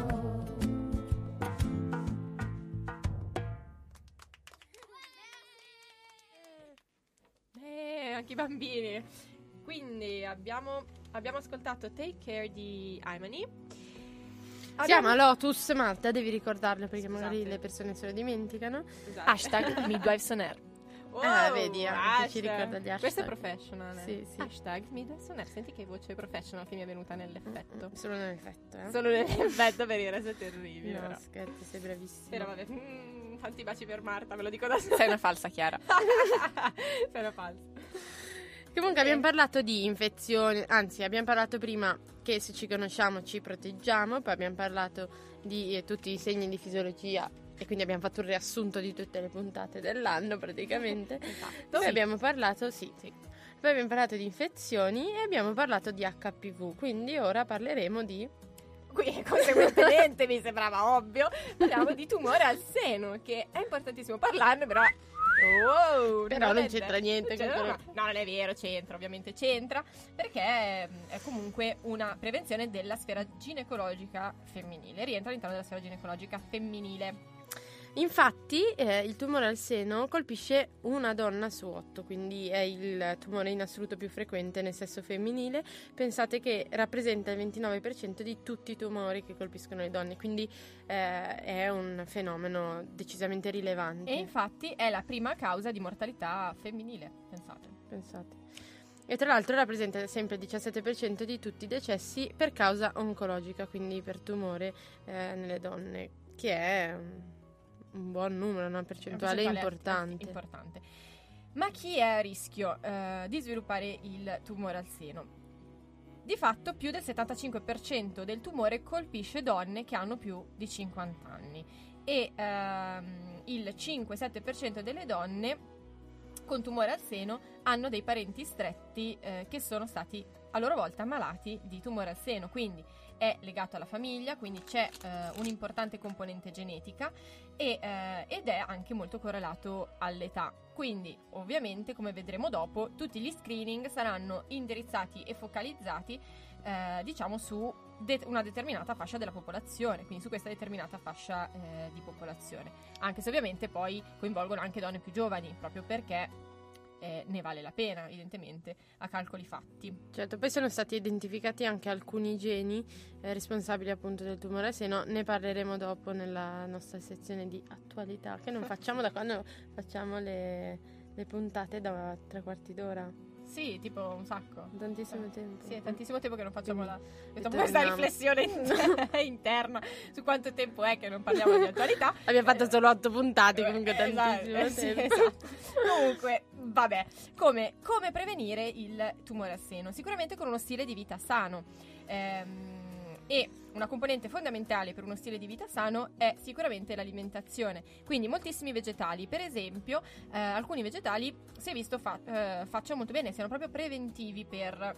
Eh, anche i bambini. Quindi abbiamo, abbiamo ascoltato Take Care di I-Money. Si chiama Lotus, Marta, devi ricordarlo perché Scusate. magari le persone se lo dimenticano. Scusate. Hashtag Midwives on Air. Wow, Ah, vedi, anche hashtag. ci ricorda gli hashtag. Questo è professional. eh. Sì, sì. Hashtag Midwives on Air. Senti che voce professional che mi è venuta nell'effetto. Solo nell'effetto, eh? Solo nell'effetto per il resto è terribile. No, però. scherzo, sei bravissima. Però vabbè, mm, tanti baci per Marta, ve lo dico da sola. Sei una falsa, Chiara. Sei una falsa. Comunque abbiamo parlato di infezioni, anzi abbiamo parlato prima che se ci conosciamo ci proteggiamo, poi abbiamo parlato di eh, tutti i segni di fisiologia e quindi abbiamo fatto un riassunto di tutte le puntate dell'anno praticamente. Esatto. Poi abbiamo parlato, sì, sì. Poi abbiamo parlato di infezioni e abbiamo parlato di acca pi vu, quindi ora parleremo di... Qui conseguentemente mi sembrava ovvio, parliamo di tumore al seno, che è importantissimo parlarne, però... Wow, Però non è c'entra de- niente cioè, con no, quello- no, non è vero, c'entra, ovviamente c'entra, perché è, è comunque una prevenzione della sfera ginecologica femminile, rientra all'interno della sfera ginecologica femminile. Infatti eh, il tumore al seno colpisce una donna su otto, quindi è il tumore in assoluto più frequente nel sesso femminile. Pensate che rappresenta il ventinove per cento di tutti i tumori che colpiscono le donne, quindi eh, è un fenomeno decisamente rilevante. E infatti è la prima causa di mortalità femminile, pensate. Pensate. E tra l'altro rappresenta sempre il diciassette per cento di tutti i decessi per causa oncologica, quindi per tumore eh, nelle donne, che è... un buon numero, una percentuale, Una percentuale importante. importante. Ma chi è a rischio eh, di sviluppare il tumore al seno? Di fatto più del settantacinque per cento del tumore colpisce donne che hanno più di cinquanta anni e ehm, il cinque sette per cento delle donne con tumore al seno hanno dei parenti stretti eh, che sono stati a loro volta malati di tumore al seno, quindi è legato alla famiglia, quindi c'è eh, un'importante componente genetica e, eh, ed è anche molto correlato all'età. Quindi ovviamente, come vedremo dopo, tutti gli screening saranno indirizzati e focalizzati eh, diciamo su de- una determinata fascia della popolazione, quindi su questa determinata fascia eh, di popolazione, anche se ovviamente poi coinvolgono anche donne più giovani, proprio perché Eh, ne vale la pena, evidentemente, a calcoli fatti. Certo, poi sono stati identificati anche alcuni geni eh, responsabili appunto del tumore al seno, ne parleremo dopo nella nostra sezione di attualità, che non facciamo da quando facciamo le, le puntate da tre quarti d'ora. Sì, tipo un sacco. Tantissimo tempo. Sì, è tantissimo tempo che non facciamo la, Quindi, questa ritorniamo. riflessione inter- interna su quanto tempo è che non parliamo di attualità. Abbiamo fatto solo otto puntate, comunque Eh, tantissimo esatto, sì, tempo. esatto. Comunque, vabbè, come, come prevenire il tumore al seno? Sicuramente con uno stile di vita sano. Ehm, e una componente fondamentale per uno stile di vita sano è sicuramente l'alimentazione. Quindi moltissimi vegetali, per esempio, eh, alcuni vegetali, si è visto, fa- eh, facciano molto bene, siano proprio preventivi per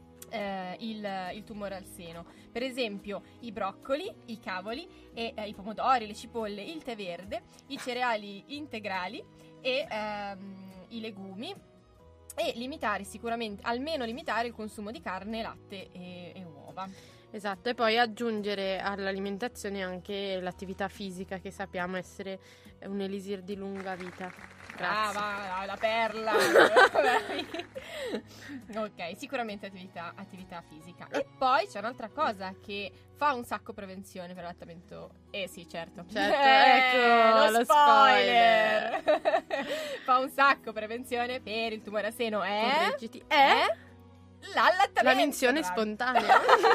eh, il, il tumore al seno. Per esempio i broccoli, i cavoli, e, eh, i pomodori, le cipolle, il tè verde, i cereali integrali e ehm, i legumi, e limitare sicuramente, almeno limitare il consumo di carne, latte e, e uova. Esatto, e poi aggiungere all'alimentazione anche l'attività fisica, che sappiamo essere un elisir di lunga vita. Grazie. Brava, la perla. Ok, sicuramente attività, attività fisica. E poi c'è un'altra cosa che fa un sacco prevenzione per l'allattamento. Eh sì, certo. Certo, Eh, ecco, lo lo spoiler. Fa un sacco prevenzione per il tumore al seno. È, Correggiti. È l'allattamento. la minzione bravi. spontanea.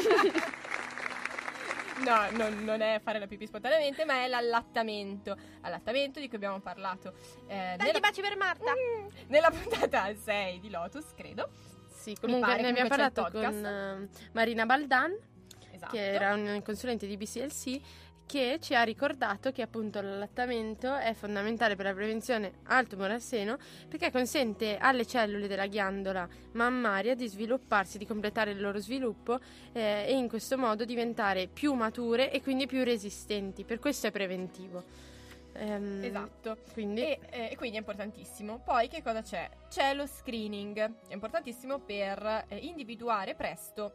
No, non, non è fare la pipì spontaneamente, ma è l'allattamento. Allattamento di cui abbiamo parlato eh, nella, baci per Marta. Mm, nella puntata sei di Lotus, credo. Sì, comunque pare, ne abbiamo comunque c'è il parlato con podcast. eh, Marina Baldan, Esatto. che era un consulente di B C L C, che ci ha ricordato che appunto l'allattamento è fondamentale per la prevenzione al tumore al seno, perché consente alle cellule della ghiandola mammaria di svilupparsi, di completare il loro sviluppo eh, e in questo modo diventare più mature e quindi più resistenti. Per questo è preventivo. Ehm, Esatto. Quindi E, eh, e quindi è importantissimo. Poi che cosa c'è? C'è lo screening. È importantissimo per eh, individuare presto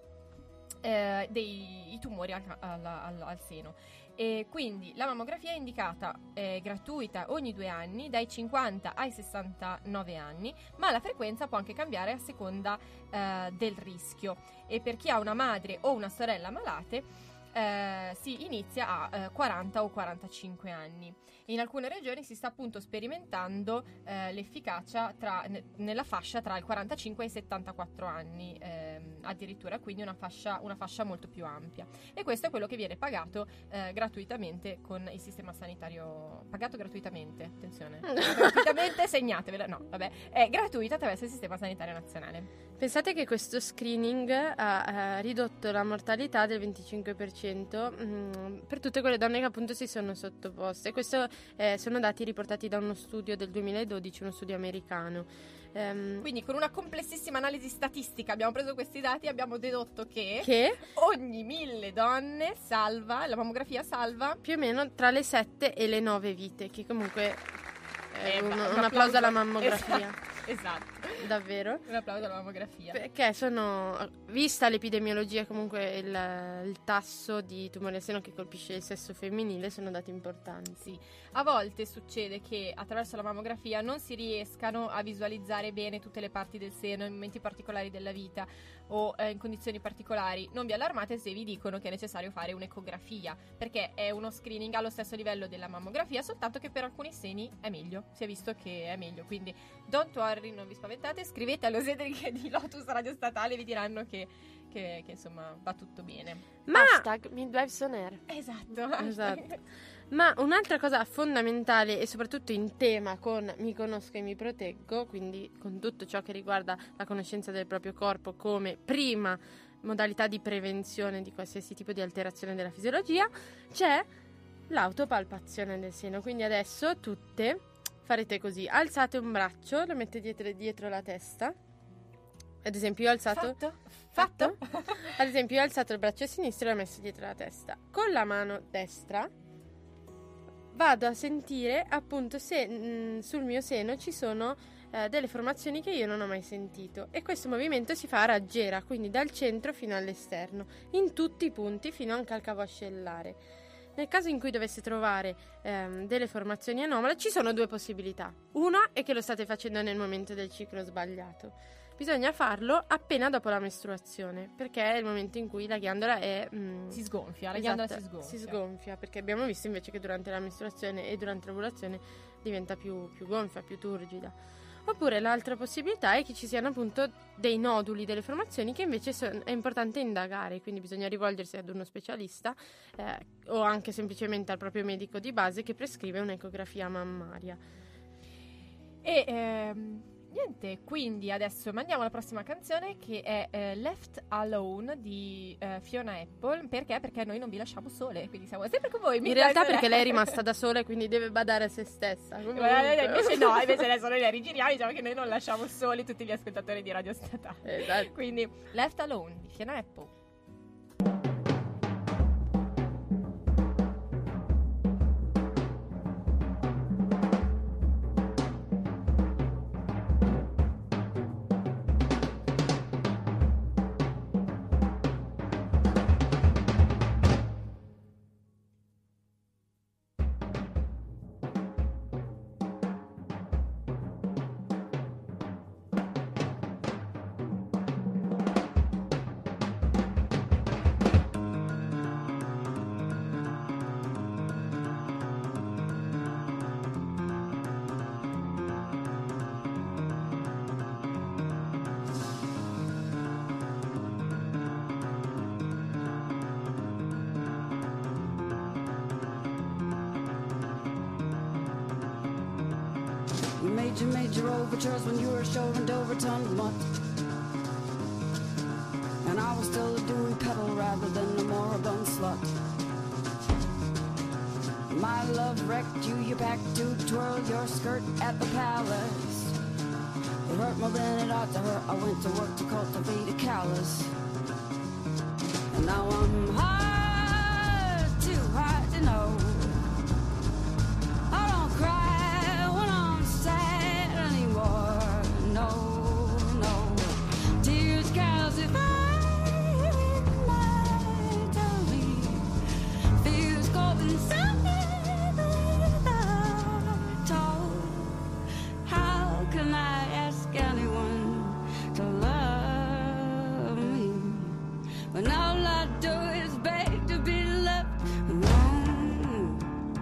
eh, dei i tumori al, al- al- al seno. E quindi la mammografia è indicata eh, gratuita ogni due anni, dai cinquanta ai sessantanove anni, ma la frequenza può anche cambiare a seconda eh, del rischio. E per chi ha una madre o una sorella malate eh, si inizia a eh, quaranta o quarantacinque anni. In alcune regioni si sta appunto sperimentando eh, l'efficacia tra, ne- nella fascia tra il quarantacinque e i settantaquattro anni, ehm, addirittura, quindi una fascia, una fascia molto più ampia. E questo è quello che viene pagato eh, gratuitamente con il sistema sanitario. Pagato gratuitamente, attenzione. Gratuitamente, segnatevela. No, vabbè, è gratuito attraverso il sistema sanitario nazionale. pensate che questo screening ha, eh, ridotto la mortalità del venticinque per cento mh, per tutte quelle donne che appunto si sono sottoposte. Questo eh, sono dati riportati da uno studio del duemiladodici, uno studio americano. Ehm, Quindi con una complessissima analisi statistica abbiamo preso questi dati e abbiamo dedotto che, che ogni mille donne salva, la mammografia salva più o meno tra le sette e le nove vite, che comunque è Eh, un, un un applauso. applauso alla mammografia. Esatto, esatto. Davvero? Un applauso alla mammografia. Perché sono, vista l'epidemiologia, comunque il, il tasso di tumore al seno che colpisce il sesso femminile, sono dati importanti. Sì, a volte succede che attraverso la mammografia non si riescano a visualizzare bene tutte le parti del seno in momenti particolari della vita o eh, in condizioni particolari. Non vi allarmate se vi dicono che è necessario fare un'ecografia, perché è uno screening allo stesso livello della mammografia, soltanto che per alcuni seni è meglio, si è visto che è meglio, quindi don't worry signorine, non vi spaventate, scrivete alle osettriche di Lotus Radio Statale, vi diranno che, che, che insomma va tutto bene. Ma hashtag Midwives on Air. Esatto, Esatto. Ma un'altra cosa fondamentale e soprattutto in tema con mi conosco e mi proteggo, quindi con tutto ciò che riguarda la conoscenza del proprio corpo come prima modalità di prevenzione di qualsiasi tipo di alterazione della fisiologia, c'è l'autopalpazione del seno. Quindi adesso tutte farete così: alzate un braccio, lo mettete dietro, dietro la testa. Ad esempio io ho alzato Fatto? Fatto? Ad esempio io ho alzato il braccio sinistro e l'ho messo dietro la testa. Con la mano destra vado a sentire appunto se mh, sul mio seno ci sono eh, delle formazioni che io non ho mai sentito, e questo movimento si fa a raggiera, quindi dal centro fino all'esterno, in tutti i punti fino anche al cavo ascellare. Nel caso in cui dovesse trovare ehm, delle formazioni anomale, ci sono due possibilità. Una è che lo state facendo nel momento del ciclo sbagliato. Bisogna farlo appena dopo la mestruazione, perché è il momento in cui la ghiandola è mm, Si sgonfia, la esatto, ghiandola si sgonfia. si sgonfia, perché abbiamo visto invece che durante la mestruazione e durante l'ovulazione diventa più, più gonfia, più turgida. Oppure l'altra possibilità è che ci siano appunto dei noduli, delle formazioni che invece son, è importante indagare, quindi bisogna rivolgersi ad uno specialista eh, o anche semplicemente al proprio medico di base che prescrive un'ecografia mammaria. E ehm, niente, quindi adesso mandiamo la prossima canzone, che è eh, Left Alone di eh, Fiona Apple. Perché? Perché noi non vi lasciamo sole, quindi siamo sempre con voi. In realtà perché lei è rimasta da sola e quindi deve badare a se stessa. Comunque. Invece no, invece adesso noi la rigiriamo, diciamo che noi non lasciamo soli tutti gli ascoltatori di Radio Statale. Esatto. Quindi Left Alone di Fiona Apple. You made your major overtures when you were shoving over ton of mud. And I was still a dewy pebble rather than a moribund slut. My love wrecked you, you packed to twirl your skirt at the palace. It hurt more than it ought to hurt. I went to work to cultivate a callus. And now I'm hard, too hard to know. I don't cry when I'm sad anymore. No, no. Tears calcify my tummy. Feels cold inside without told. How can I ask anyone to love me when all I do is beg to be left alone?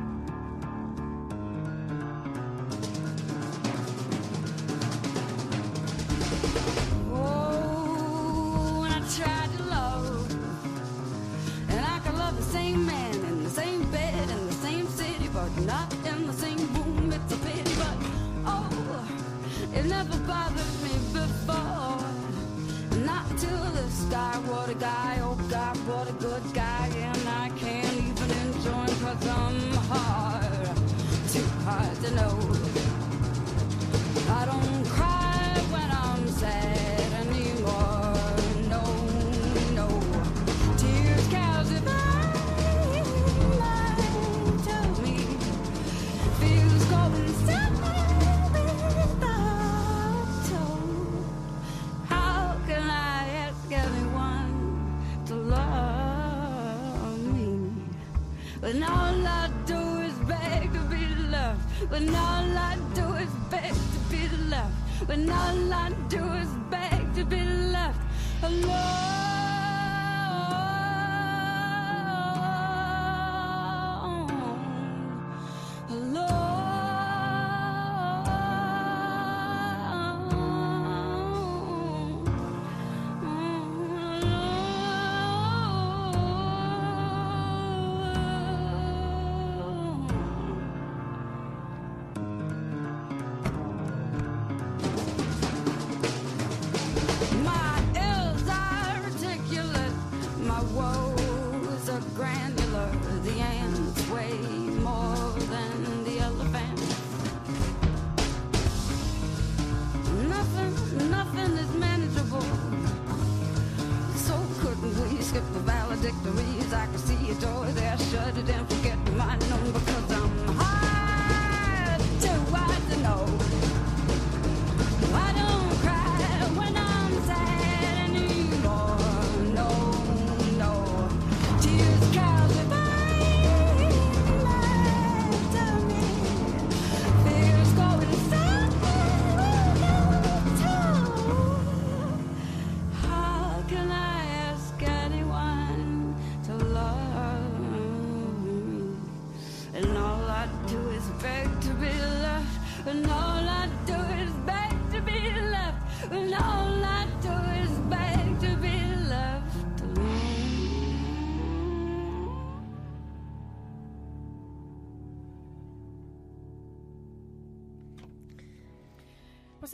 Oh, when I tried to love, and I could love the same man in the same bed in the same city, but not in the same room. It's a pity, but oh, it never bothered me before. Not until this guy, what a guy, oh God, what a good guy. And I can't even enjoy him 'cause I'm hard, too hard to know. I don't cry when I'm sad anymore, no, no. Tears calcify my tummy. Feels cold inside without told. How can I ask anyone to love me when all I do is beg to be loved? When all I do is beg to be loved. When all I do is beg to be left alone. Alone.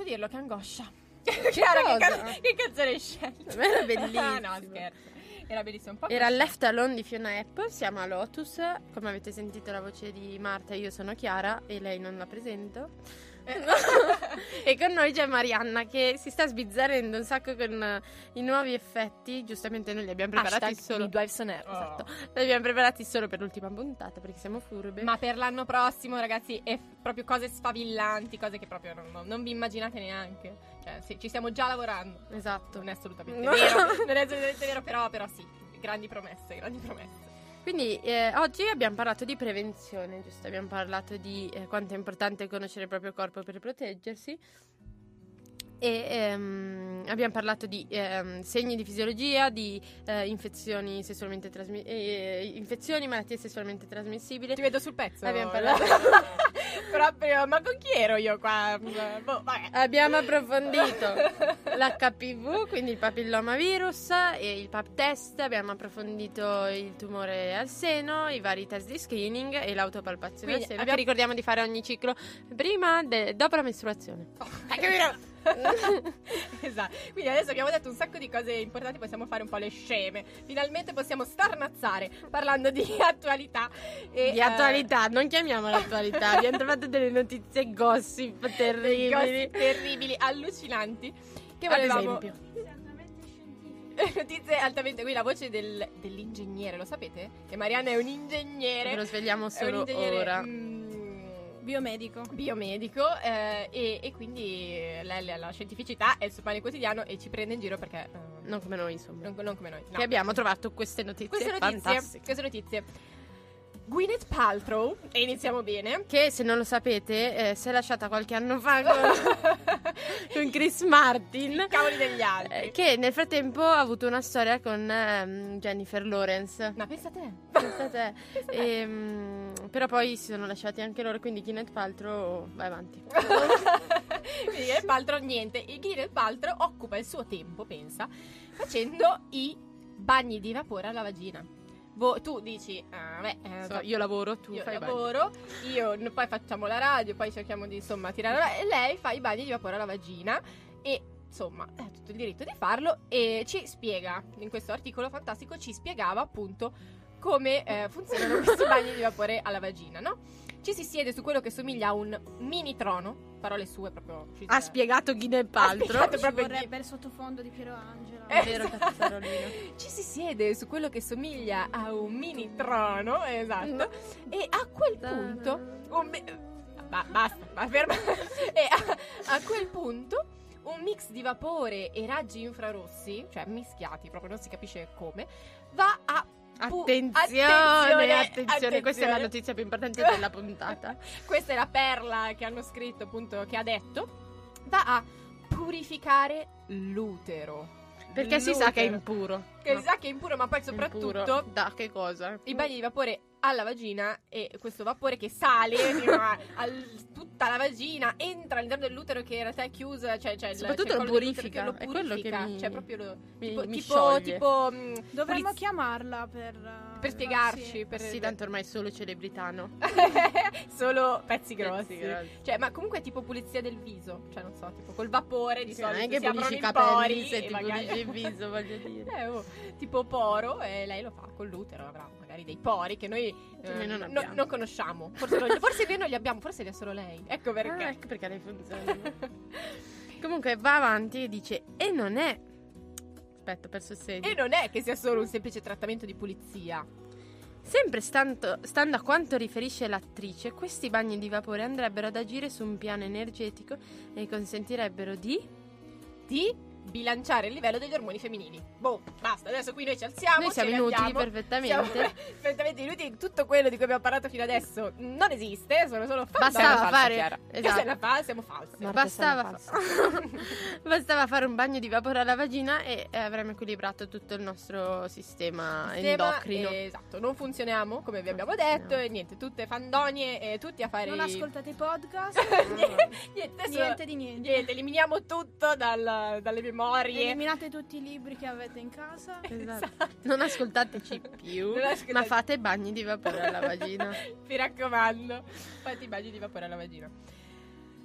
dirlo, che angoscia. Chiara, che, cosa? caz- che canzone hai scelto? Era bellissimo. Ah, no, scherzo. Era bellissimo. Un po' Era così. Left Alone di Fiona Apple, siamo a Lotus. Come avete sentito la voce di Marta, io sono Chiara e lei non la presento. E con noi c'è Marianna che si sta sbizzarrendo un sacco con uh, i nuovi effetti. Giustamente noi li abbiamo preparati Hashtag solo. Midwives on Air. Esatto. Li abbiamo preparati solo per l'ultima puntata perché siamo furbe. Ma per l'anno prossimo, ragazzi, è f- proprio cose sfavillanti, cose che proprio non, non- non vi immaginate neanche. Cioè, sì, ci stiamo già lavorando. Esatto. Non è assolutamente No. vero. Non è assolutamente vero, però, però sì. Grandi promesse, grandi promesse. Quindi eh, oggi abbiamo parlato di prevenzione, giusto? Abbiamo parlato di eh, quanto è importante conoscere il proprio corpo per proteggersi. E ehm, abbiamo parlato di ehm, segni di fisiologia, di eh, infezioni sessualmente trasmi- eh, infezioni, malattie sessualmente trasmissibili. Ti vedo sul pezzo. Abbiamo parlato. Proprio, ma con chi ero io qua? Boh, vabbè. Abbiamo approfondito l'H P V, quindi il papillomavirus e il pap test. Abbiamo approfondito il tumore al seno, i vari test di screening e l'autopalpazione Quindi al seno. abbiamo- Che ricordiamo di fare ogni ciclo prima, de- dopo la mestruazione. Hai capito? Esatto. Quindi adesso abbiamo detto un sacco di cose importanti, possiamo fare un po' le sceme. Finalmente possiamo starnazzare parlando di attualità. E, Di eh, attualità, non chiamiamola attualità. Abbiamo trovato delle notizie gossip dei terribili. gossip terribili, allucinanti. Che Ad volevamo. esempio. Notizie altamente. Qui la voce del- dell'ingegnere, lo sapete? Che Marianna è un ingegnere. Ve lo svegliamo È un solo ingegnere, ora. mm, Biomedico. biomedico eh, e, e quindi lei ha la scientificità è il suo pane quotidiano e ci prende in giro perché eh, Non come noi, insomma. non, non come noi. No. Che abbiamo trovato queste notizie, Queste notizie, fantastiche. queste notizie. Gwyneth Paltrow, e iniziamo bene. Che se non lo sapete eh, si è lasciata qualche anno fa con, con Chris Martin, Cavoli degli altri. eh, che nel frattempo ha avuto una storia con ehm, Jennifer Lawrence. Ma pensa a te. Pensa te. Ehm, però poi si sono lasciati anche loro, quindi Gwyneth Paltrow vai avanti. Quindi Gwyneth Paltrow niente. E Gwyneth Paltrow occupa il suo tempo, pensa, facendo i bagni di vapore alla vagina. Vo- tu dici, ah, beh, eh, So, io lavoro, tu io fai i bagni. lavoro, io n- poi facciamo la radio, poi cerchiamo di insomma tirare la- e lei fa i bagni di vapore alla vagina e insomma ha tutto il diritto di farlo e ci spiega, in questo articolo fantastico ci spiegava appunto come eh, funzionano questi bagni di vapore alla vagina, no? Ci si siede su quello che somiglia a un mini trono, parole sue proprio. ci- Ha spiegato Gwyneth Ha Paltrow. spiegato Ci proprio vorrebbe il sottofondo di Piero Angela. Eh, È vero, cazzarolino. Ci si siede su quello che somiglia a un mini trono, esatto, e a quel punto un mi- ba- basta, ma ferma. E a, a quel punto un mix di vapore e raggi infrarossi, cioè mischiati, proprio non si capisce come, va a pu- Attenzione, attenzione, attenzione, questa è la attenzione. notizia più importante della puntata. Questa è la perla che hanno scritto, appunto, che ha detto, va a purificare l'utero. Perché si sa che è L'utero. impuro. Che No, si sa che è impuro, ma poi soprattutto impuro. Da che cosa? i bagni di vapore alla vagina e questo vapore che sale fino a, al- tutta la vagina entra all'interno dell'utero che in realtà è chiusa, cioè, cioè il- Soprattutto c'è il lo collo dell'utero purifica, che è lo quello che purifica, mi- cioè proprio lo, mi- tipo, mi tipo, scioglie. tipo mm, Dovremmo puliz- chiamarla per... uh, per spiegarci, sì. per Sì, tanto ormai è solo celebrità, no? solo pezzi grossi. Pezzi grossi. Cioè, ma comunque è tipo pulizia del viso, cioè non so, tipo col vapore di Sì, solito non è che si aprono pulisci i i capelli pori se e ti magari- pulisci il viso, voglio dire. Eh, oh, tipo poro e lei lo fa con l'utero, avrà magari dei pori che noi, Che noi non no- abbiamo. non conosciamo. Forse, non- forse noi non li abbiamo, forse li ha solo lei. Ecco perché. Ah, ecco perché lei funziona. Comunque va avanti e dice, e non è... Aspetta, ho perso il segno. E non è che sia solo un semplice trattamento di pulizia. Sempre stando, stando a quanto riferisce l'attrice, questi bagni di vapore andrebbero ad agire su un piano energetico e consentirebbero di... Di bilanciare il livello degli ormoni femminili. Boh, basta, adesso qui noi ci alziamo. Noi siamo ce ne inutili andiamo. perfettamente. Siamo perfettamente inutili. Tutto quello di cui abbiamo parlato fino adesso non esiste, sono solo Bastava fantasie. fare... Chiara. Esatto. Se la fa, siamo false. Marta, Bastava, siamo Bastava fare un bagno di vapore alla vagina e eh, avremmo equilibrato tutto il nostro sistema, Sistema, endocrino. eh, esatto, non funzioniamo come vi abbiamo funzioniamo. detto e niente, tutte fandonie e tutti a fare Non i- ascoltate i podcast. niente, niente, adesso- Niente di niente. niente, eliminiamo tutto dal- dalle memorie. Eliminate tutti i libri che avete in casa. Esatto. Non ascoltateci più, Non ascoltate- ma fate bagni di vapore alla vagina. Mi raccomando, fate i bagni di vapore alla vagina.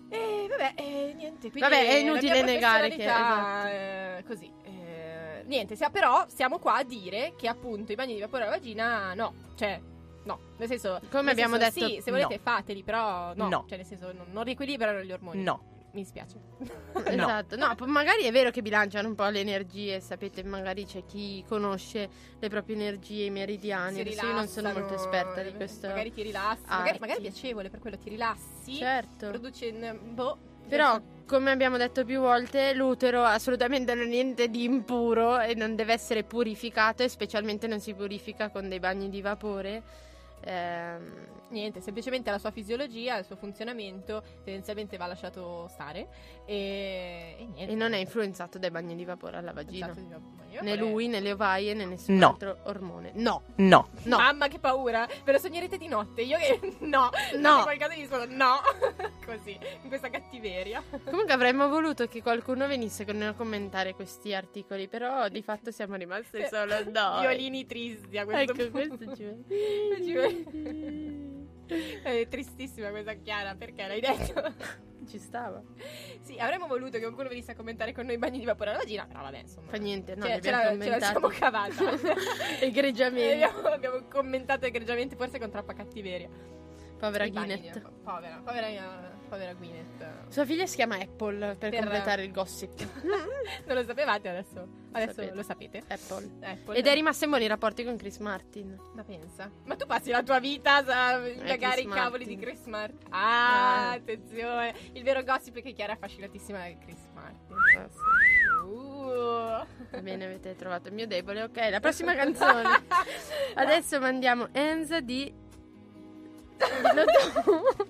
E vabbè, eh, niente. Quindi Vabbè, è la inutile mia negare che- professionalità, eh, così. eh, niente, sia- però siamo qua a dire che appunto i bagni di vapore alla vagina no. Cioè, no. Nel senso. Come nel abbiamo senso, detto, sì, se volete no. fateli, però no. No. Cioè, nel senso, non, non riequilibrano gli ormoni. No. Mi dispiace. Esatto, no, p- magari è vero che bilanciano un po' le energie, sapete, magari c'è chi conosce le proprie energie, i meridiani. Si Adesso io non sono rilassano, molto esperta di questo. Magari ti rilassi. arti. Magari, magari è piacevole, per quello ti rilassi. Certo. Produce. Boh. Però, come abbiamo detto più volte, l'utero assolutamente non è niente di impuro e non deve essere purificato, e specialmente non si purifica con dei bagni di vapore. Ehm, Niente, semplicemente la sua fisiologia, il suo funzionamento tendenzialmente va lasciato stare e, e niente. e non è influenzato dai bagni di vapore alla vagina. Pensato di- io Né vorrei- lui, né le ovaie, né nessun No. altro ormone. No, No. no. Mamma che paura, ve lo sognerete di notte, io che no, No. in qualcosa di solo no, così, in questa cattiveria. Comunque avremmo voluto che qualcuno venisse con noi a commentare questi articoli, però di fatto siamo rimaste solo noi. Violini tristi a questo Ecco, punto. questo ci Ci- È tristissima questa Chiara, perché l'hai detto? ci stava. Sì, avremmo voluto che qualcuno venisse a commentare con noi i bagni di vapore alla vagina, però vabbè, insomma. Fa niente, no, Ce- li ce, abbiamo la, ce la siamo commentati cavata. egregiamente. abbiamo, abbiamo commentato egregiamente, forse con troppa cattiveria. Povera I bagni, Gwyneth. Povera, povera, povera Gwyneth. Sua figlia si chiama Apple, per, Per- completare il gossip. Non lo sapevate adesso? Adesso Sapete. lo sapete. Apple. Apple. Ed è rimasta in buoni rapporti con Chris Martin. Ma pensa. Ma tu passi la tua vita a indagare i Chris cavoli Martin. di Chris Martin. Ah, Ah. attenzione. Il vero gossip è che Chiara è affascinatissima da Chris Martin. Ah, sì. Uh. Va bene, avete trovato il mio debole. Ok, la prossima canzone. Adesso mandiamo Hands di... Dillo tu.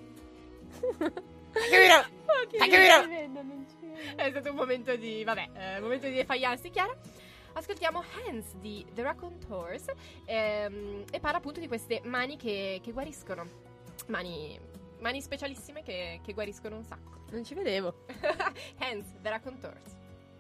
È stato un momento di, vabbè, eh, un momento di defiance di Chiara. Ascoltiamo Hands di The Raconteurs ehm, e parla appunto di queste mani che, che guariscono. Mani, mani specialissime che, che guariscono un sacco. Non ci vedevo. Hands, The Raconteurs.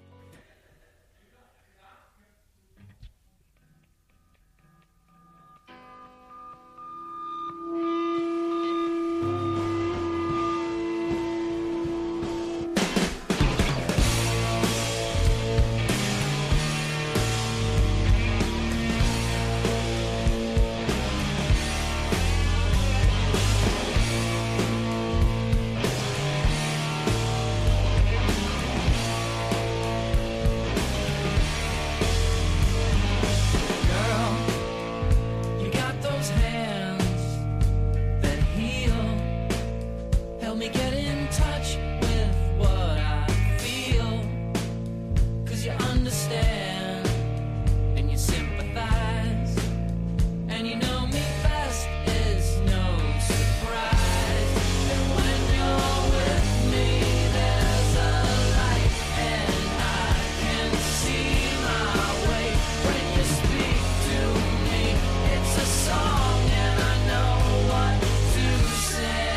You got those hands that heal. Help me get in touch with what I feel. 'Cause you understand and you sympathize. And you know me best is no surprise. And when you're with me, there's a light, and I can see my way. When you speak to me, it's a song, and I know what to say.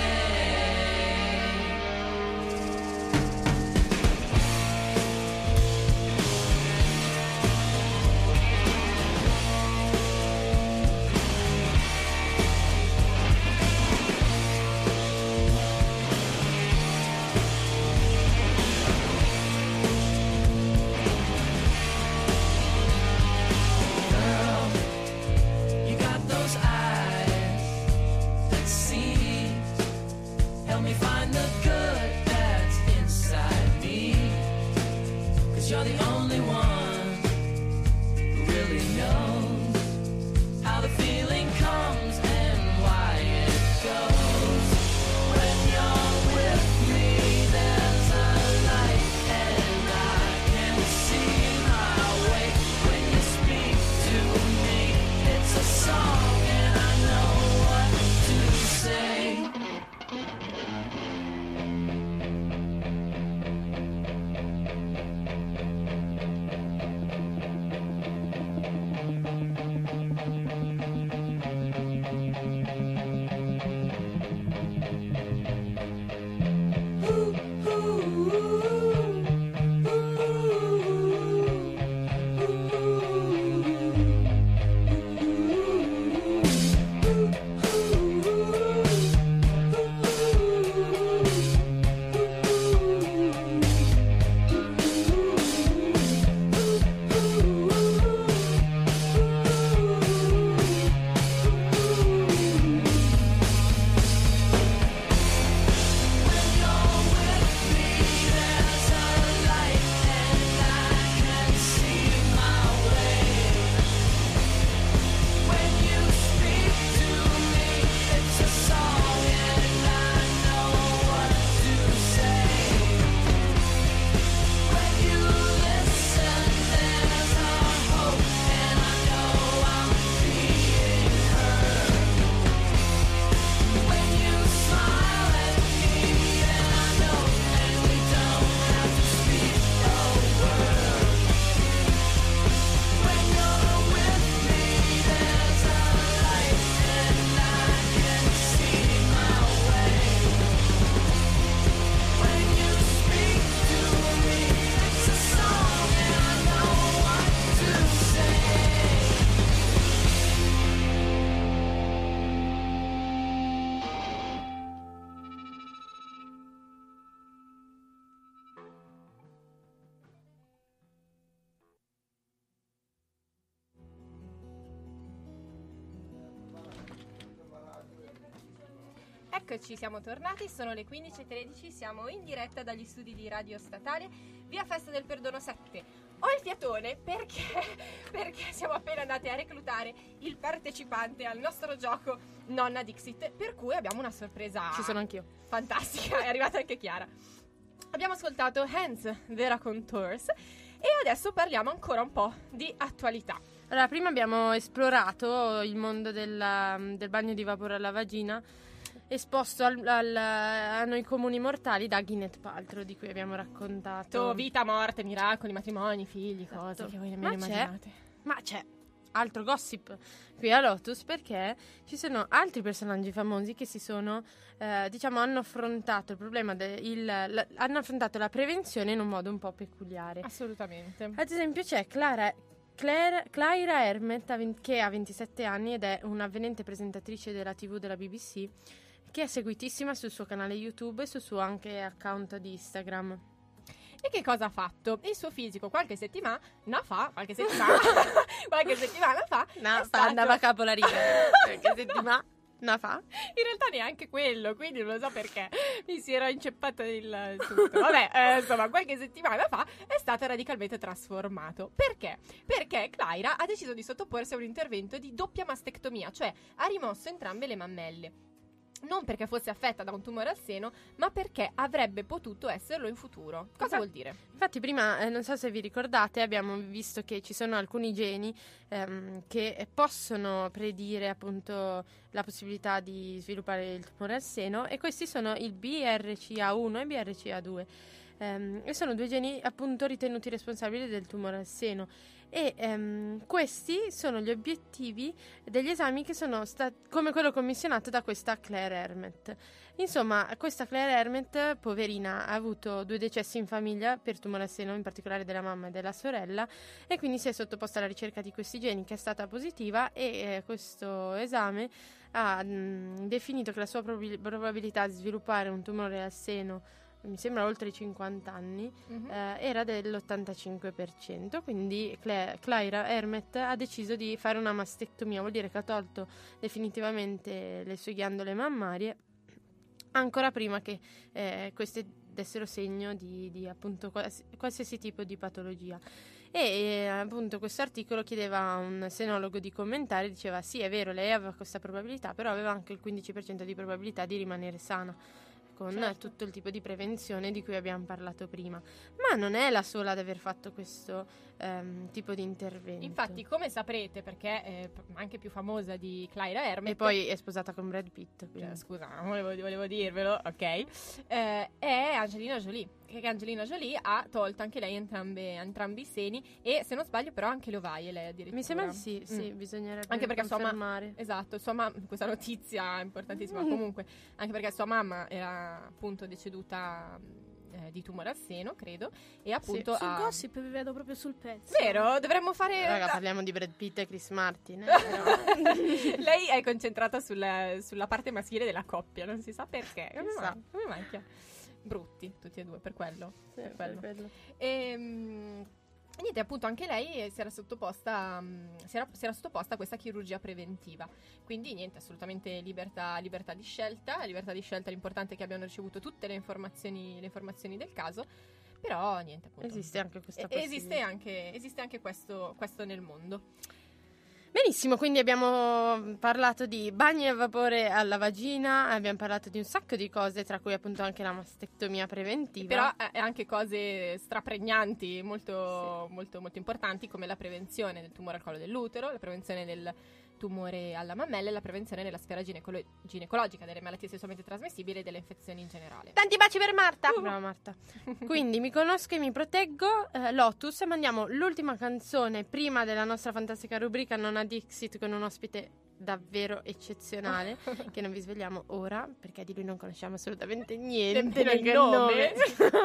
Girl, you got those eyes that see. Help me find the good that's inside me. 'Cause you're the only one who really knows how the feeling comes and why it goes. When you're with me, there's a light, and I can see my way. When you speak to me, it's a song, and I know what to say. Eccoci, siamo tornati, sono le quindici e tredici, siamo in diretta dagli studi di Radio Statale, via Festa del Perdono sette. Ho il fiatone perché, perché siamo appena andati a reclutare il partecipante al nostro gioco Nonna Dixit, per cui abbiamo una sorpresa. Ci sono anch'io. Fantastica, è arrivata anche Chiara. Abbiamo ascoltato Hands, The Raconteurs, e adesso parliamo ancora un po' di attualità. Allora, prima abbiamo esplorato il mondo della, del bagno di vapore alla vagina, esposto al, al, a noi comuni mortali da Gwyneth Paltrow, di cui abbiamo raccontato. Vita, morte, miracoli, matrimoni, figli, cose Esatto. che voi nemmeno Ma c'è- immaginate. Ma c'è altro gossip qui a Lotus, perché ci sono altri personaggi famosi che si sono, eh, diciamo, hanno affrontato il problema, de, il, la, hanno affrontato la prevenzione in un modo un po' peculiare. Assolutamente. Ad esempio c'è Clara, Claire, Clara Hermet, ha ven- che ha ventisette anni ed è un'avvenente presentatrice della tivù della B B C, che è seguitissima sul suo canale YouTube e sul suo anche account di Instagram. E che cosa ha fatto? Il suo fisico qualche settimana fa, qualche settimana, qualche settimana fa, No, è stato... andava a capo la riga. Che settimana no, fa? In realtà neanche quello, quindi non lo so perché mi si era inceppato il tutto. Vabbè, eh, insomma, qualche settimana fa è stato radicalmente trasformato. Perché? Perché Clara ha deciso di sottoporsi a un intervento di doppia mastectomia, cioè ha rimosso entrambe le mammelle. Non perché fosse affetta da un tumore al seno, ma perché avrebbe potuto esserlo in futuro. Cosa Esatto. vuol dire? Infatti prima, eh, non so se vi ricordate, abbiamo visto che ci sono alcuni geni ehm, che possono predire appunto la possibilità di sviluppare il tumore al seno, e questi sono il B R C A uno e B R C A due. Ehm, e sono due geni appunto ritenuti responsabili del tumore al seno. E ehm, questi sono gli obiettivi degli esami che sono stati, come quello commissionato da questa Claire Hermet. Insomma, questa Claire Hermet, poverina, ha avuto due decessi in famiglia per tumore al seno, in particolare della mamma e della sorella, e quindi si è sottoposta alla ricerca di questi geni, che è stata positiva, e eh, questo esame ha mh, definito che la sua prob- probabilità di sviluppare un tumore al seno, mi sembra oltre i cinquanta anni, Mhm. eh, era dell'ottantacinque per cento, quindi Cla- Clara Hermet ha deciso di fare una mastectomia, vuol dire che ha tolto definitivamente le sue ghiandole mammarie, ancora prima che eh, queste dessero segno di, di appunto quals- qualsiasi tipo di patologia. E eh, appunto questo articolo chiedeva a un senologo di commentare, diceva sì, è vero, lei aveva questa probabilità, però aveva anche il quindici per cento di probabilità di rimanere sana, con Certo. tutto il tipo di prevenzione di cui abbiamo parlato prima. Ma non è la sola ad aver fatto questo ehm, tipo di intervento. Infatti, come saprete, perché è p- anche più famosa di Clara Hermet, E poi è sposata con Brad Pitt. quindi- cioè, scusa, volevo, volevo dirvelo, ok? Eh, è Angelina Jolie. Che Angelina Jolie ha tolto anche lei entrambe, entrambi i seni, e se non sbaglio però anche le ovaie lei addirittura. Mi sembra di sì, sì, Mm. bisognerebbe Anche perché sua ma- confermare. Esatto, sua mamma, questa notizia è importantissima Mm. comunque, anche perché sua mamma era appunto deceduta eh, di tumore al seno, credo, e appunto Sul ha... gossip vi vedo proprio sul pezzo. Vero? Dovremmo fare... Raga, parliamo di Brad Pitt e Chris Martin. eh, però. Lei è concentrata sulla, sulla parte maschile della coppia, non si sa perché. Come Chissà. mai? Come mai? Chi è? Brutti, tutti e due, per quello. Sì, per quello. per quello. E mm, niente, appunto anche lei si era sottoposta mm, si era, si era sottoposta a questa chirurgia preventiva. Quindi niente, assolutamente libertà, libertà di scelta. Libertà di scelta, l'importante è che abbiano ricevuto tutte le informazioni, le informazioni del caso. Però niente, appunto. Esiste anche questa E- possibilità. esiste anche, esiste anche questo, questo nel mondo. Benissimo, quindi abbiamo parlato di bagni a vapore alla vagina, abbiamo parlato di un sacco di cose, tra cui appunto anche la mastectomia preventiva. Però eh, anche cose strapregnanti, molto, molto, molto importanti, come la prevenzione del tumore al collo dell'utero, la prevenzione del tumore alla mammella e la prevenzione nella sfera ginecolo- ginecologica delle malattie sessualmente trasmissibili e delle infezioni in generale. Tanti baci per Marta! Brava Marta. Quindi mi conosco e mi proteggo, eh, Lotus, e mandiamo l'ultima canzone prima della nostra fantastica rubrica Nonna Dixit, con un ospite davvero eccezionale che non vi svegliamo ora perché di lui non conosciamo assolutamente niente, Nemmeno il neanche il nome.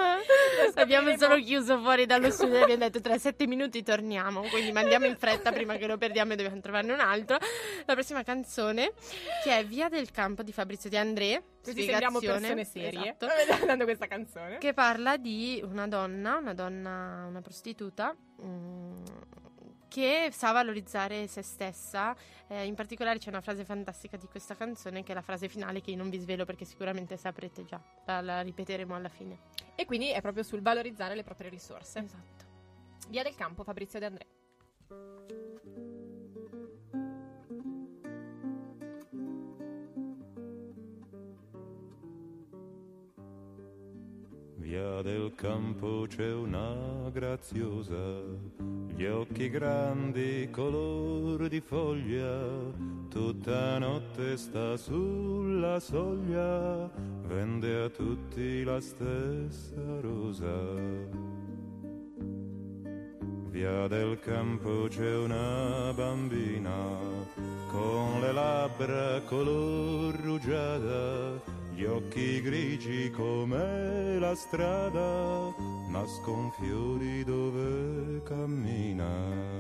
Abbiamo scopriremo. solo chiuso fuori dallo studio e abbiamo detto tra sette minuti torniamo, quindi mandiamo in fretta prima che lo perdiamo e dobbiamo trovarne un altro. La prossima canzone, che è Via del Campo di Fabrizio De André, Così sembriamo spiegazione, persone serie esatto, dando questa canzone. che parla di una donna, una donna, una prostituta, mm, che sa valorizzare se stessa. Eh, in particolare c'è una frase fantastica di questa canzone, che è la frase finale, che io non vi svelo perché sicuramente saprete già, la, la ripeteremo alla fine. E quindi è proprio sul valorizzare le proprie risorse. Esatto. Via del Campo, Fabrizio De André. Via del Campo c'è una graziosa, gli occhi grandi color di foglia, tutta notte sta sulla soglia, vende a tutti la stessa rosa. Via del Campo c'è una bambina con le labbra color rugiada, gli occhi grigi come la strada, nascon fiori dove cammina.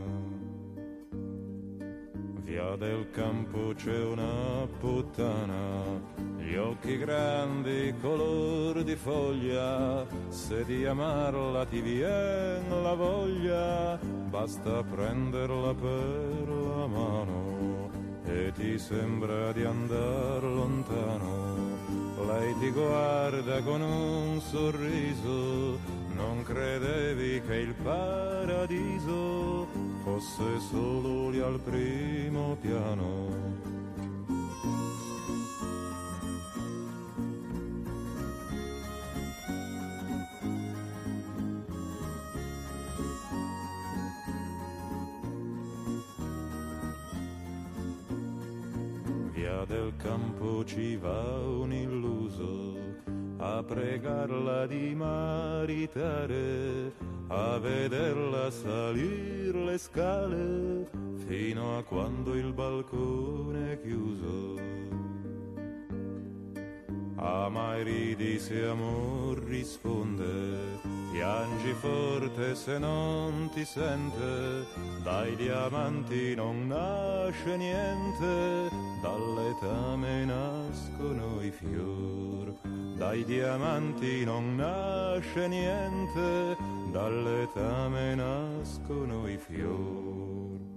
Via del Campo c'è una puttana, gli occhi grandi color di foglia, se di amarla ti vien la voglia, basta prenderla per la mano e ti sembra di andar lontano. Lei ti guarda con un sorriso, non credevi che il paradiso fosse solo lì al primo piano. Via del Campo ci va un illuso a pregarla di maritare, a vederla salir le scale fino a quando il balcone è chiuso. Ama e ridi se amor risponde, piangi forte se non ti sente, dai diamanti non nasce niente, dall'etame nascono i fior. Dai diamanti non nasce niente, dall'etame nascono i fior.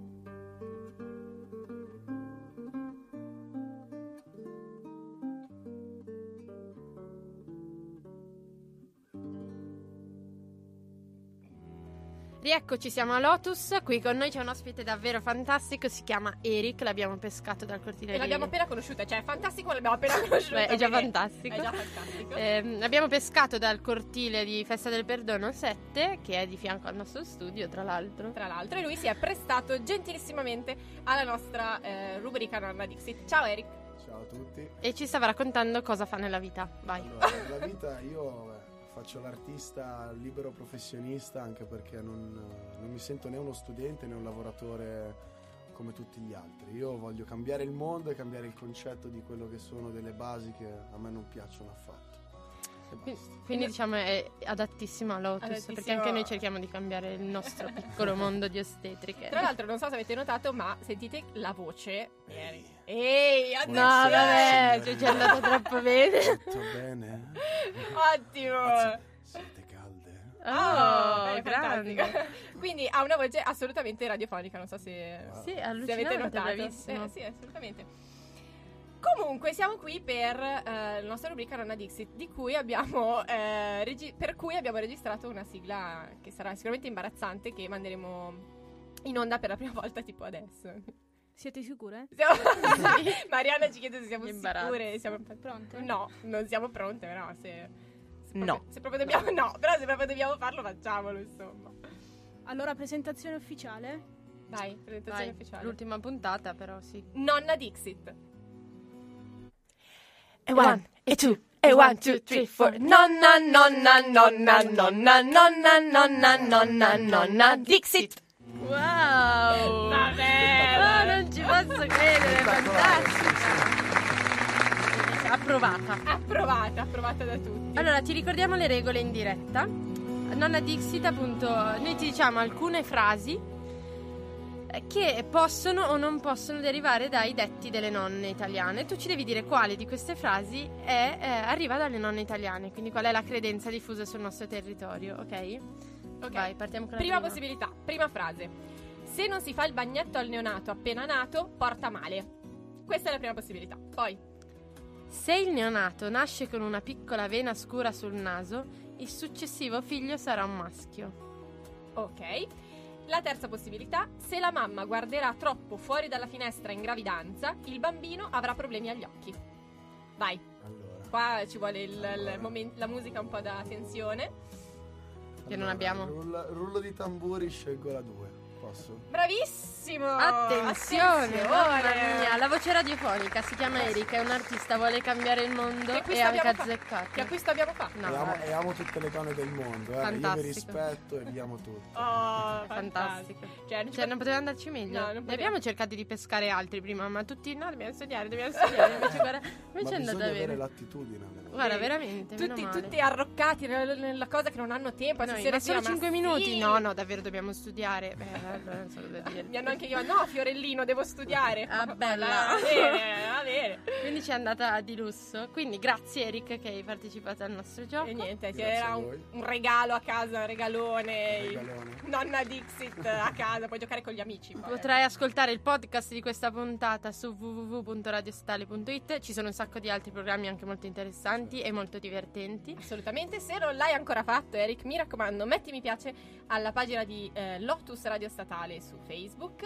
Rieccoci, siamo a Lotus, qui con noi c'è un ospite davvero fantastico, si chiama Eric, l'abbiamo pescato dal cortile. E l'abbiamo appena conosciuta, cioè è fantastico, l'abbiamo appena conosciuta. Beh, è già fantastico. È già fantastico. Eh, l'abbiamo pescato dal cortile di Festa del Perdono sette, che è di fianco al nostro studio, tra l'altro. Tra l'altro, e lui si è prestato gentilissimamente alla nostra eh, rubrica Nonna Dixit. Ciao Eric. Ciao a tutti. E ci stava raccontando cosa fa nella vita, vai. Allora, nella vita io eh, faccio l'artista libero professionista, anche perché non, non mi sento né uno studente né un lavoratore come tutti gli altri. Io voglio cambiare il mondo e cambiare il concetto di quello che sono delle basi che a me non piacciono affatto. Quindi, quindi diciamo è adattissimo a Lotus, Adattissimo. perché anche noi cerchiamo di cambiare il nostro piccolo mondo di ostetriche. Tra l'altro, non so se avete notato, ma sentite la voce. Ehi, Ehi no, vabbè, ci è andato troppo bene. Tutto bene? Ottimo. Anzi, siete calde? Oh, beh, grande. fantastico. Quindi ha una voce assolutamente radiofonica, non so se, Wow. Sì, se avete allucinante, notato. bravissimo. Eh, sì, assolutamente. Comunque siamo qui per eh, la nostra rubrica Nonna Dixit, di cui abbiamo eh, regi- per cui abbiamo registrato una sigla che sarà sicuramente imbarazzante, che manderemo in onda per la prima volta tipo adesso. Siete sicure? Siamo... Mariana ci chiede se siamo Imbarazzo. sicure. Siamo Pronte? No, non siamo pronte, però se, se No. proprio, se proprio dobbiamo no, però se proprio dobbiamo farlo, facciamolo, insomma. Allora, presentazione ufficiale. Vai, presentazione Vai, ufficiale. l'ultima puntata però, sì. Nonna Dixit. E one, e two, e one, two, three, four. Nonna, nonna, nonna, nonna, nonna, nonna, nonna, nonna, Dixit. Wow! Vabbè! Oh, non ci posso credere, è fantastica! Approvata. Approvata, approvata da tutti. Allora, ti ricordiamo le regole in diretta. Nonna Dixit, appunto, noi ti diciamo alcune frasi che possono o non possono derivare dai detti delle nonne italiane. Tu ci devi dire quale di queste frasi è, eh, arriva dalle nonne italiane, quindi qual è la credenza diffusa sul nostro territorio, ok? Ok. Vai, partiamo con la Prima prima. possibilità, prima frase. Se non si fa il bagnetto al neonato appena nato, porta male. Questa è la prima possibilità. Poi, se il neonato nasce con una piccola vena scura sul naso, il successivo figlio sarà un maschio. ok. La terza possibilità, se la mamma guarderà troppo fuori dalla finestra in gravidanza, il bambino avrà problemi agli occhi. Vai. Allora, Qua ci vuole il, il momen- la musica un po' da tensione. Che non abbiamo. Rullo, rullo di tamburi, scelgo la due. Posso? Bravissimo! Attenzione, mamma mia, la voce radiofonica si chiama Erika, è un artista, vuole cambiare il mondo Che e acquisto anche abbiamo fa- azzeccato. Che acquisto abbiamo fatto? No, e, amo, vabbè. e amo tutte le donne del mondo, eh. Io vi Fantastico. rispetto e vi amo tutti. Oh, Fantastico. Cioè, non ci Cioè, pot- non poteva andarci meglio. No, non Ne poteva. abbiamo cercato di pescare altri prima, ma tutti no, dobbiamo studiare, dobbiamo studiare. Invece, guarda, Ma invece è andata bisogna avere bene. l'attitudine. almeno. Guarda, Sì. veramente, meno tutti, male. tutti arroccati nella, nella cosa che non hanno tempo. Noi, stasera ma solo sera, cinque sì. minuti? No, no, davvero dobbiamo studiare. Beh, allora non so cosa dire. Mi hanno anche chiamato, no Fiorellino, devo studiare. Ah, bella. Va bene, va bene. Quindi ci è andata di lusso. Quindi grazie Eric che hai partecipato al nostro gioco. E niente, Grazie era a un, voi. un regalo a casa, un regalone. Regalone. Nonna Dixit a casa, puoi giocare con gli amici. poi. Potrai ascoltare il podcast di questa puntata su w w w punto radiostatale punto it. Ci sono un sacco di altri programmi anche molto interessanti e molto divertenti. Assolutamente, se non l'hai ancora fatto, Eric, mi raccomando, metti mi piace alla pagina di eh, Lotus Radio Statale su Facebook.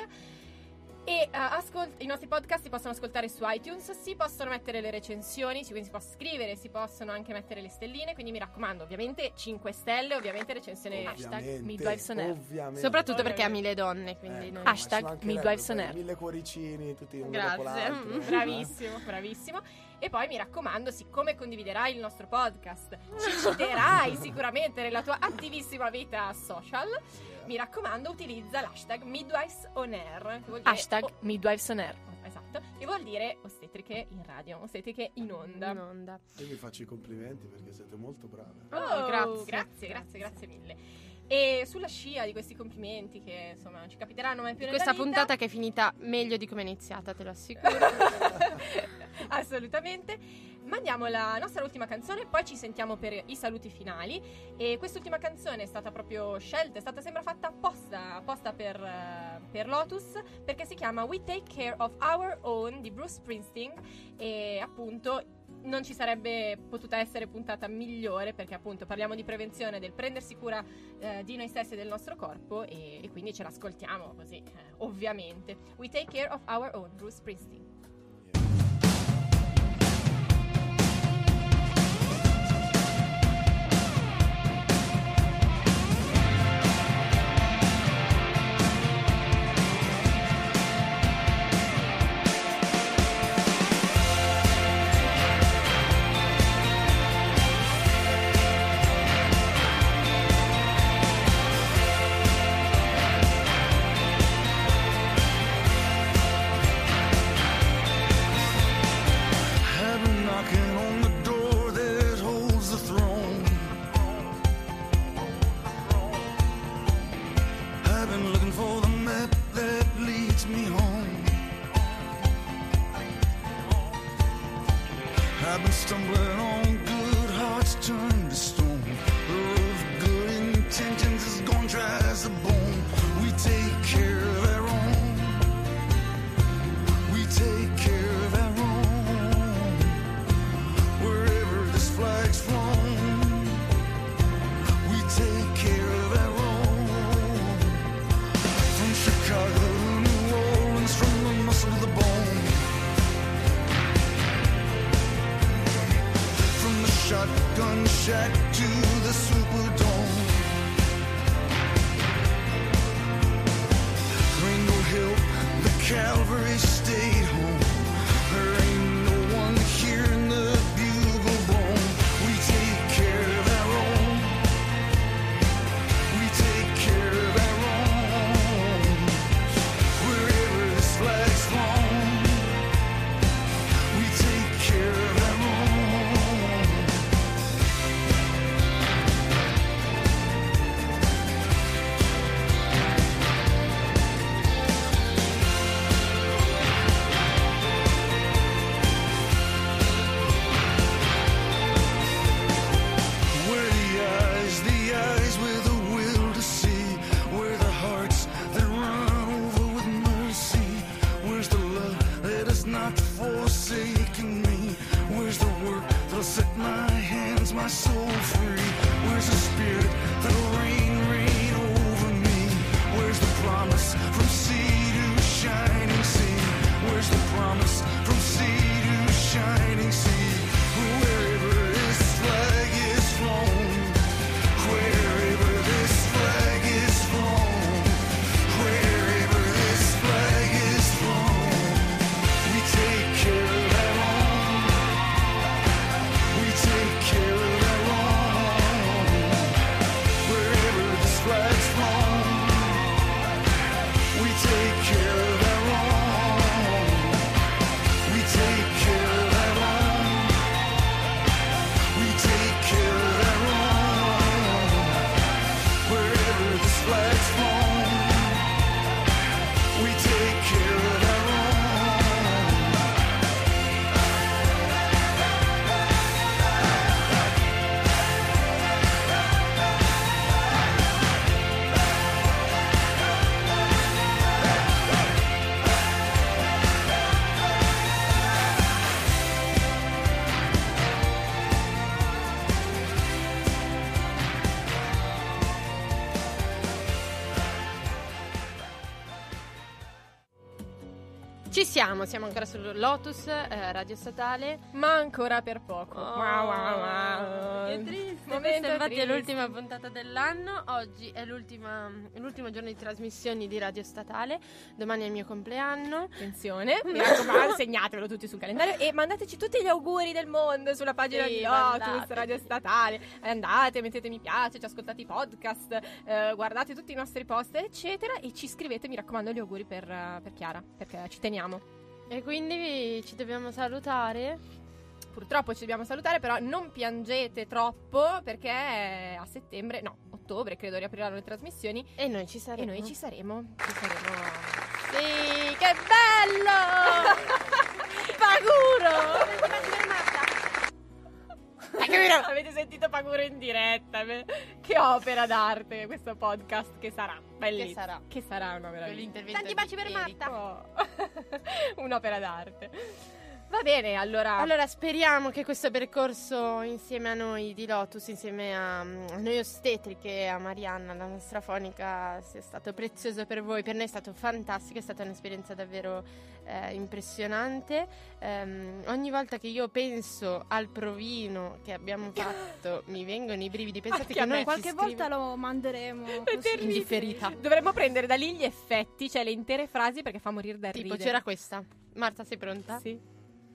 E eh, ascolt- i nostri podcast si possono ascoltare su iTunes, si possono mettere le recensioni, quindi si può scrivere, si possono anche mettere le stelline, quindi mi raccomando, ovviamente cinque stelle, ovviamente recensione Ovviamente, Midwives on Air. ovviamente. Soprattutto perché ami le donne, quindi Eh, noi- ma Hashtag ci mancherebbe, Midwives on beh, Air. Mille cuoricini, tutti uno Grazie. dopo l'altro. Mm. Bravissimo, bravissimo. E poi mi raccomando, siccome condividerai il nostro podcast, ci citerai sicuramente nella tua attivissima vita social, mi raccomando, utilizza l'hashtag Midwives on Air. Che vuol dire Hashtag o- Midwives on Air. esatto, che vuol dire ostetriche in radio, ostetriche in onda. in onda. Io vi faccio i complimenti perché siete molto brave. Oh, Oh, grazie, grazie. grazie, grazie, mille. E sulla scia di questi complimenti che insomma non ci capiteranno mai più nella Questa vita, puntata che è finita meglio di come è iniziata, te lo assicuro. assolutamente, mandiamo la nostra ultima canzone, poi ci sentiamo per i saluti finali. E quest'ultima canzone è stata proprio scelta, è stata sembra fatta apposta, apposta per, eh, per Lotus, perché si chiama We Take Care of Our Own di Bruce Springsteen. E appunto non ci sarebbe potuta essere puntata migliore, perché appunto parliamo di prevenzione, del prendersi cura eh, di noi stessi e del nostro corpo, e, e quindi ce l'ascoltiamo così, eh, ovviamente. We Take Care of Our Own, Bruce Springsteen. I've been knocking on the door that holds the throne. I've been looking for the map that leads me home. I've been stumbling on good hearts turned to stone. The road of good intentions is gone dry as a bone. We take care of our own. We take care of our own. Wherever this flag's flown, we take care of our own. From Chicago to New Orleans, from the muscle to the bone. flags flown. We take care of our own. Ci siamo, siamo ancora sul Lotus, eh, radio statale. Ma ancora per poco. Oh, Wow, wow, wow. Che triste. Momento Questa infatti triste. è l'ultima puntata dell'anno. Oggi è l'ultima, l'ultimo giorno di trasmissioni di radio statale. Domani è il mio compleanno. Attenzione, mi raccomando, segnatevelo tutti sul calendario e mandateci tutti gli auguri del mondo sulla pagina Sì, di Lotus, mandate. Radio Statale. Andate, mettete mi piace, ci ascoltate i podcast, eh, guardate tutti i nostri post, eccetera, e ci scrivete, mi raccomando, gli auguri per, eh, per Chiara, perché ci teniamo. E quindi ci dobbiamo salutare. Purtroppo ci dobbiamo salutare, però non piangete troppo perché a settembre, no, ottobre credo riapriranno le trasmissioni E noi ci saremo. e noi ci saremo. Ci saremo. Sì, che bello! Paguro! Avete sentito Paguro in diretta? Beh, che opera d'arte questo podcast che sarà bellissimo. Che sarà. Che sarà una meraviglia. L'intervento Tanti di baci per Eric. Marta. Oh. Un'opera d'arte. Va bene, allora. Allora speriamo che questo percorso insieme a noi di Lotus, insieme a, a noi ostetriche e a Marianna, la nostra fonica, sia stato prezioso per voi. Per noi è stato fantastico, è stata un'esperienza davvero eh, impressionante. Ehm, ogni volta che io penso al provino che abbiamo fatto mi vengono i brividi. Pensate Anche che a me. noi Qualche ci volta scrive- lo manderemo È così. terribile. in differita. Dovremmo prendere da lì gli effetti, cioè le intere frasi perché fa morire da Tipo ridere. c'era questa. Marta, sei pronta? Sì.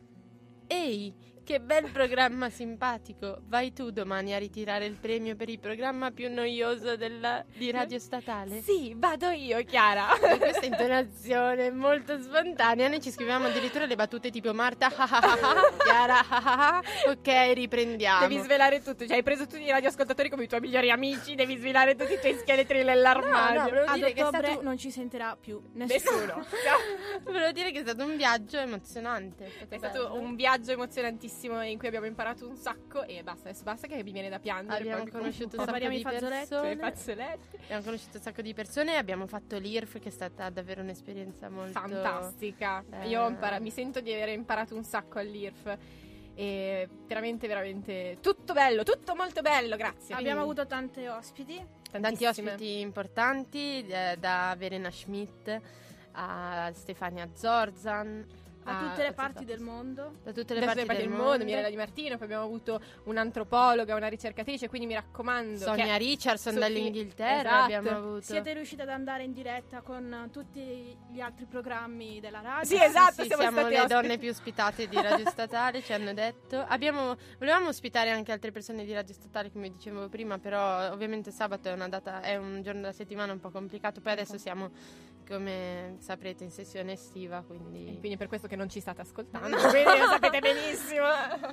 Ehi, che bel programma simpatico. Vai tu domani a ritirare il premio per il programma più noioso della, di Radio Statale? Sì, vado io, Chiara. Con questa intonazione molto spontanea noi ci scriviamo addirittura le battute tipo Marta ah, ah, ah, ah, Chiara ah, ah, ah. Ok, riprendiamo. Devi svelare tutto, cioè hai preso tutti i radioascoltatori come i tuoi migliori amici, devi svelare tutti i tuoi scheletri nell'armadio. No, no, volevo Ad dire che è ottobre stato non ci sentirà più nessuno. Nessuno. volevo dire che è stato un viaggio emozionante. È stato, È stato bello. un viaggio emozionantissimo in cui abbiamo imparato un sacco e basta, adesso basta che mi viene da piangere. Abbiamo proprio. conosciuto un sacco Prepariamo di i fazzoletti. Con i persone. fazzoletti. Abbiamo conosciuto un sacco di persone e abbiamo fatto l'I R F che è stata davvero un'esperienza molto Fantastica. eh, Io ho impara- mi sento di aver imparato un sacco all'I R F. E veramente, veramente tutto bello, tutto molto bello, grazie. Abbiamo Quindi, avuto tante ospiti. tanti tantissime. ospiti importanti, eh, da Verena Schmidt a Stefania Zorzan, Da Ah, tutte le c'è parti stato- del mondo. da tutte le da parti tutte le del mondo, mondo. Mirella Di Martino, poi abbiamo avuto un'antropologa, una ricercatrice, quindi mi raccomando. Sonia che- Richardson Sofia- dall'Inghilterra Esatto. abbiamo avuto. Siete riusciti ad andare in diretta con tutti gli altri programmi della radio? Sì, esatto, Sì, siamo siamo stati le ospiti. donne più ospitate di Radio Statale, ci hanno detto. Abbiamo, volevamo ospitare anche altre persone di Radio Statale, come dicevo prima, però ovviamente sabato è una data, è un giorno della settimana un po' complicato. Poi adesso siamo, come saprete, in sessione estiva, quindi Quindi per questo che non ci state ascoltando, quindi lo sapete benissimo.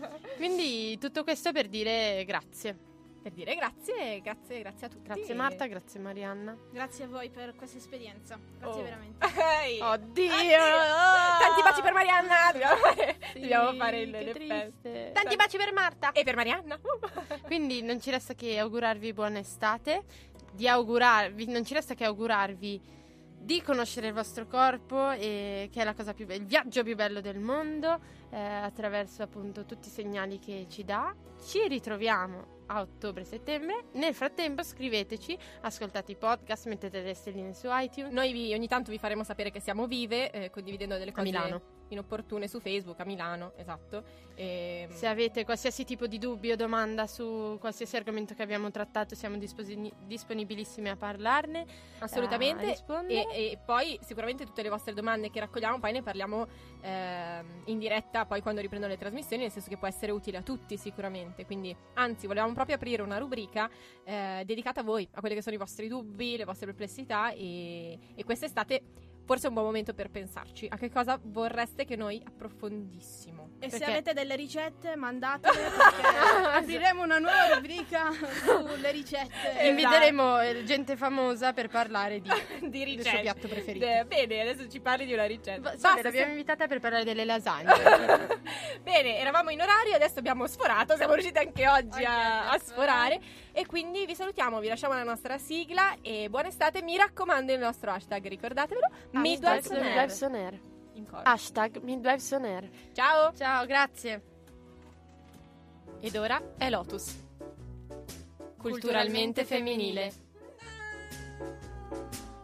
Quindi tutto questo per dire grazie. Per dire grazie, grazie, grazie a tutti. Grazie Marta, grazie Marianna. Grazie a voi per questa esperienza. Grazie Oh. veramente. Ehi. Oddio! Tanti baci per Marianna. Dobbiamo fare, Sì, dobbiamo fare il che l'effetto. triste. Tanti baci per Marta. E per Marianna. Quindi non ci resta che augurarvi buona estate, di augurarvi, non ci resta che augurarvi di conoscere il vostro corpo, e che è la cosa più be- il viaggio più bello del mondo, eh, attraverso appunto tutti i segnali che ci dà. Ci ritroviamo a ottobre-settembre. Nel frattempo scriveteci, ascoltate i podcast, mettete le stelline su iTunes. Noi vi, ogni tanto vi faremo sapere che siamo vive, eh, condividendo delle A cose Milano. inopportune su Facebook, a Milano, esatto. E, Se avete qualsiasi tipo di dubbio o domanda su qualsiasi argomento che abbiamo trattato, siamo disposi- disponibilissimi a parlarne, assolutamente. a rispondere. E, e poi sicuramente tutte le vostre domande che raccogliamo, poi ne parliamo ehm, in diretta poi quando riprendono le trasmissioni, nel senso che può essere utile a tutti sicuramente. Quindi, anzi, volevamo proprio aprire una rubrica eh, dedicata a voi, a quelli che sono i vostri dubbi, le vostre perplessità, e, e quest'estate forse è un buon momento per pensarci a che cosa vorreste che noi approfondissimo. E Perché- se avete delle ricette, mandatele perché apriremo una nuova rubrica sulle ricette. Inviteremo eh, gente famosa per parlare di, di del ricette. suo piatto preferito. Eh, bene, adesso ci parli di una ricetta. Va- Basta, sì, l'abbiamo siamo- invitata per parlare delle lasagne. Bene, eravamo in orario, adesso abbiamo sforato, siamo riusciti anche oggi a, Ok, a sforare e quindi vi salutiamo, vi lasciamo la nostra sigla e buona estate, mi raccomando il nostro hashtag, ricordatevelo, Midwives on Air. Midwives on Air. In coro. Hashtag Midwives on Air. Ciao! Ciao, grazie. Ed ora è Lotus. Culturalmente femminile.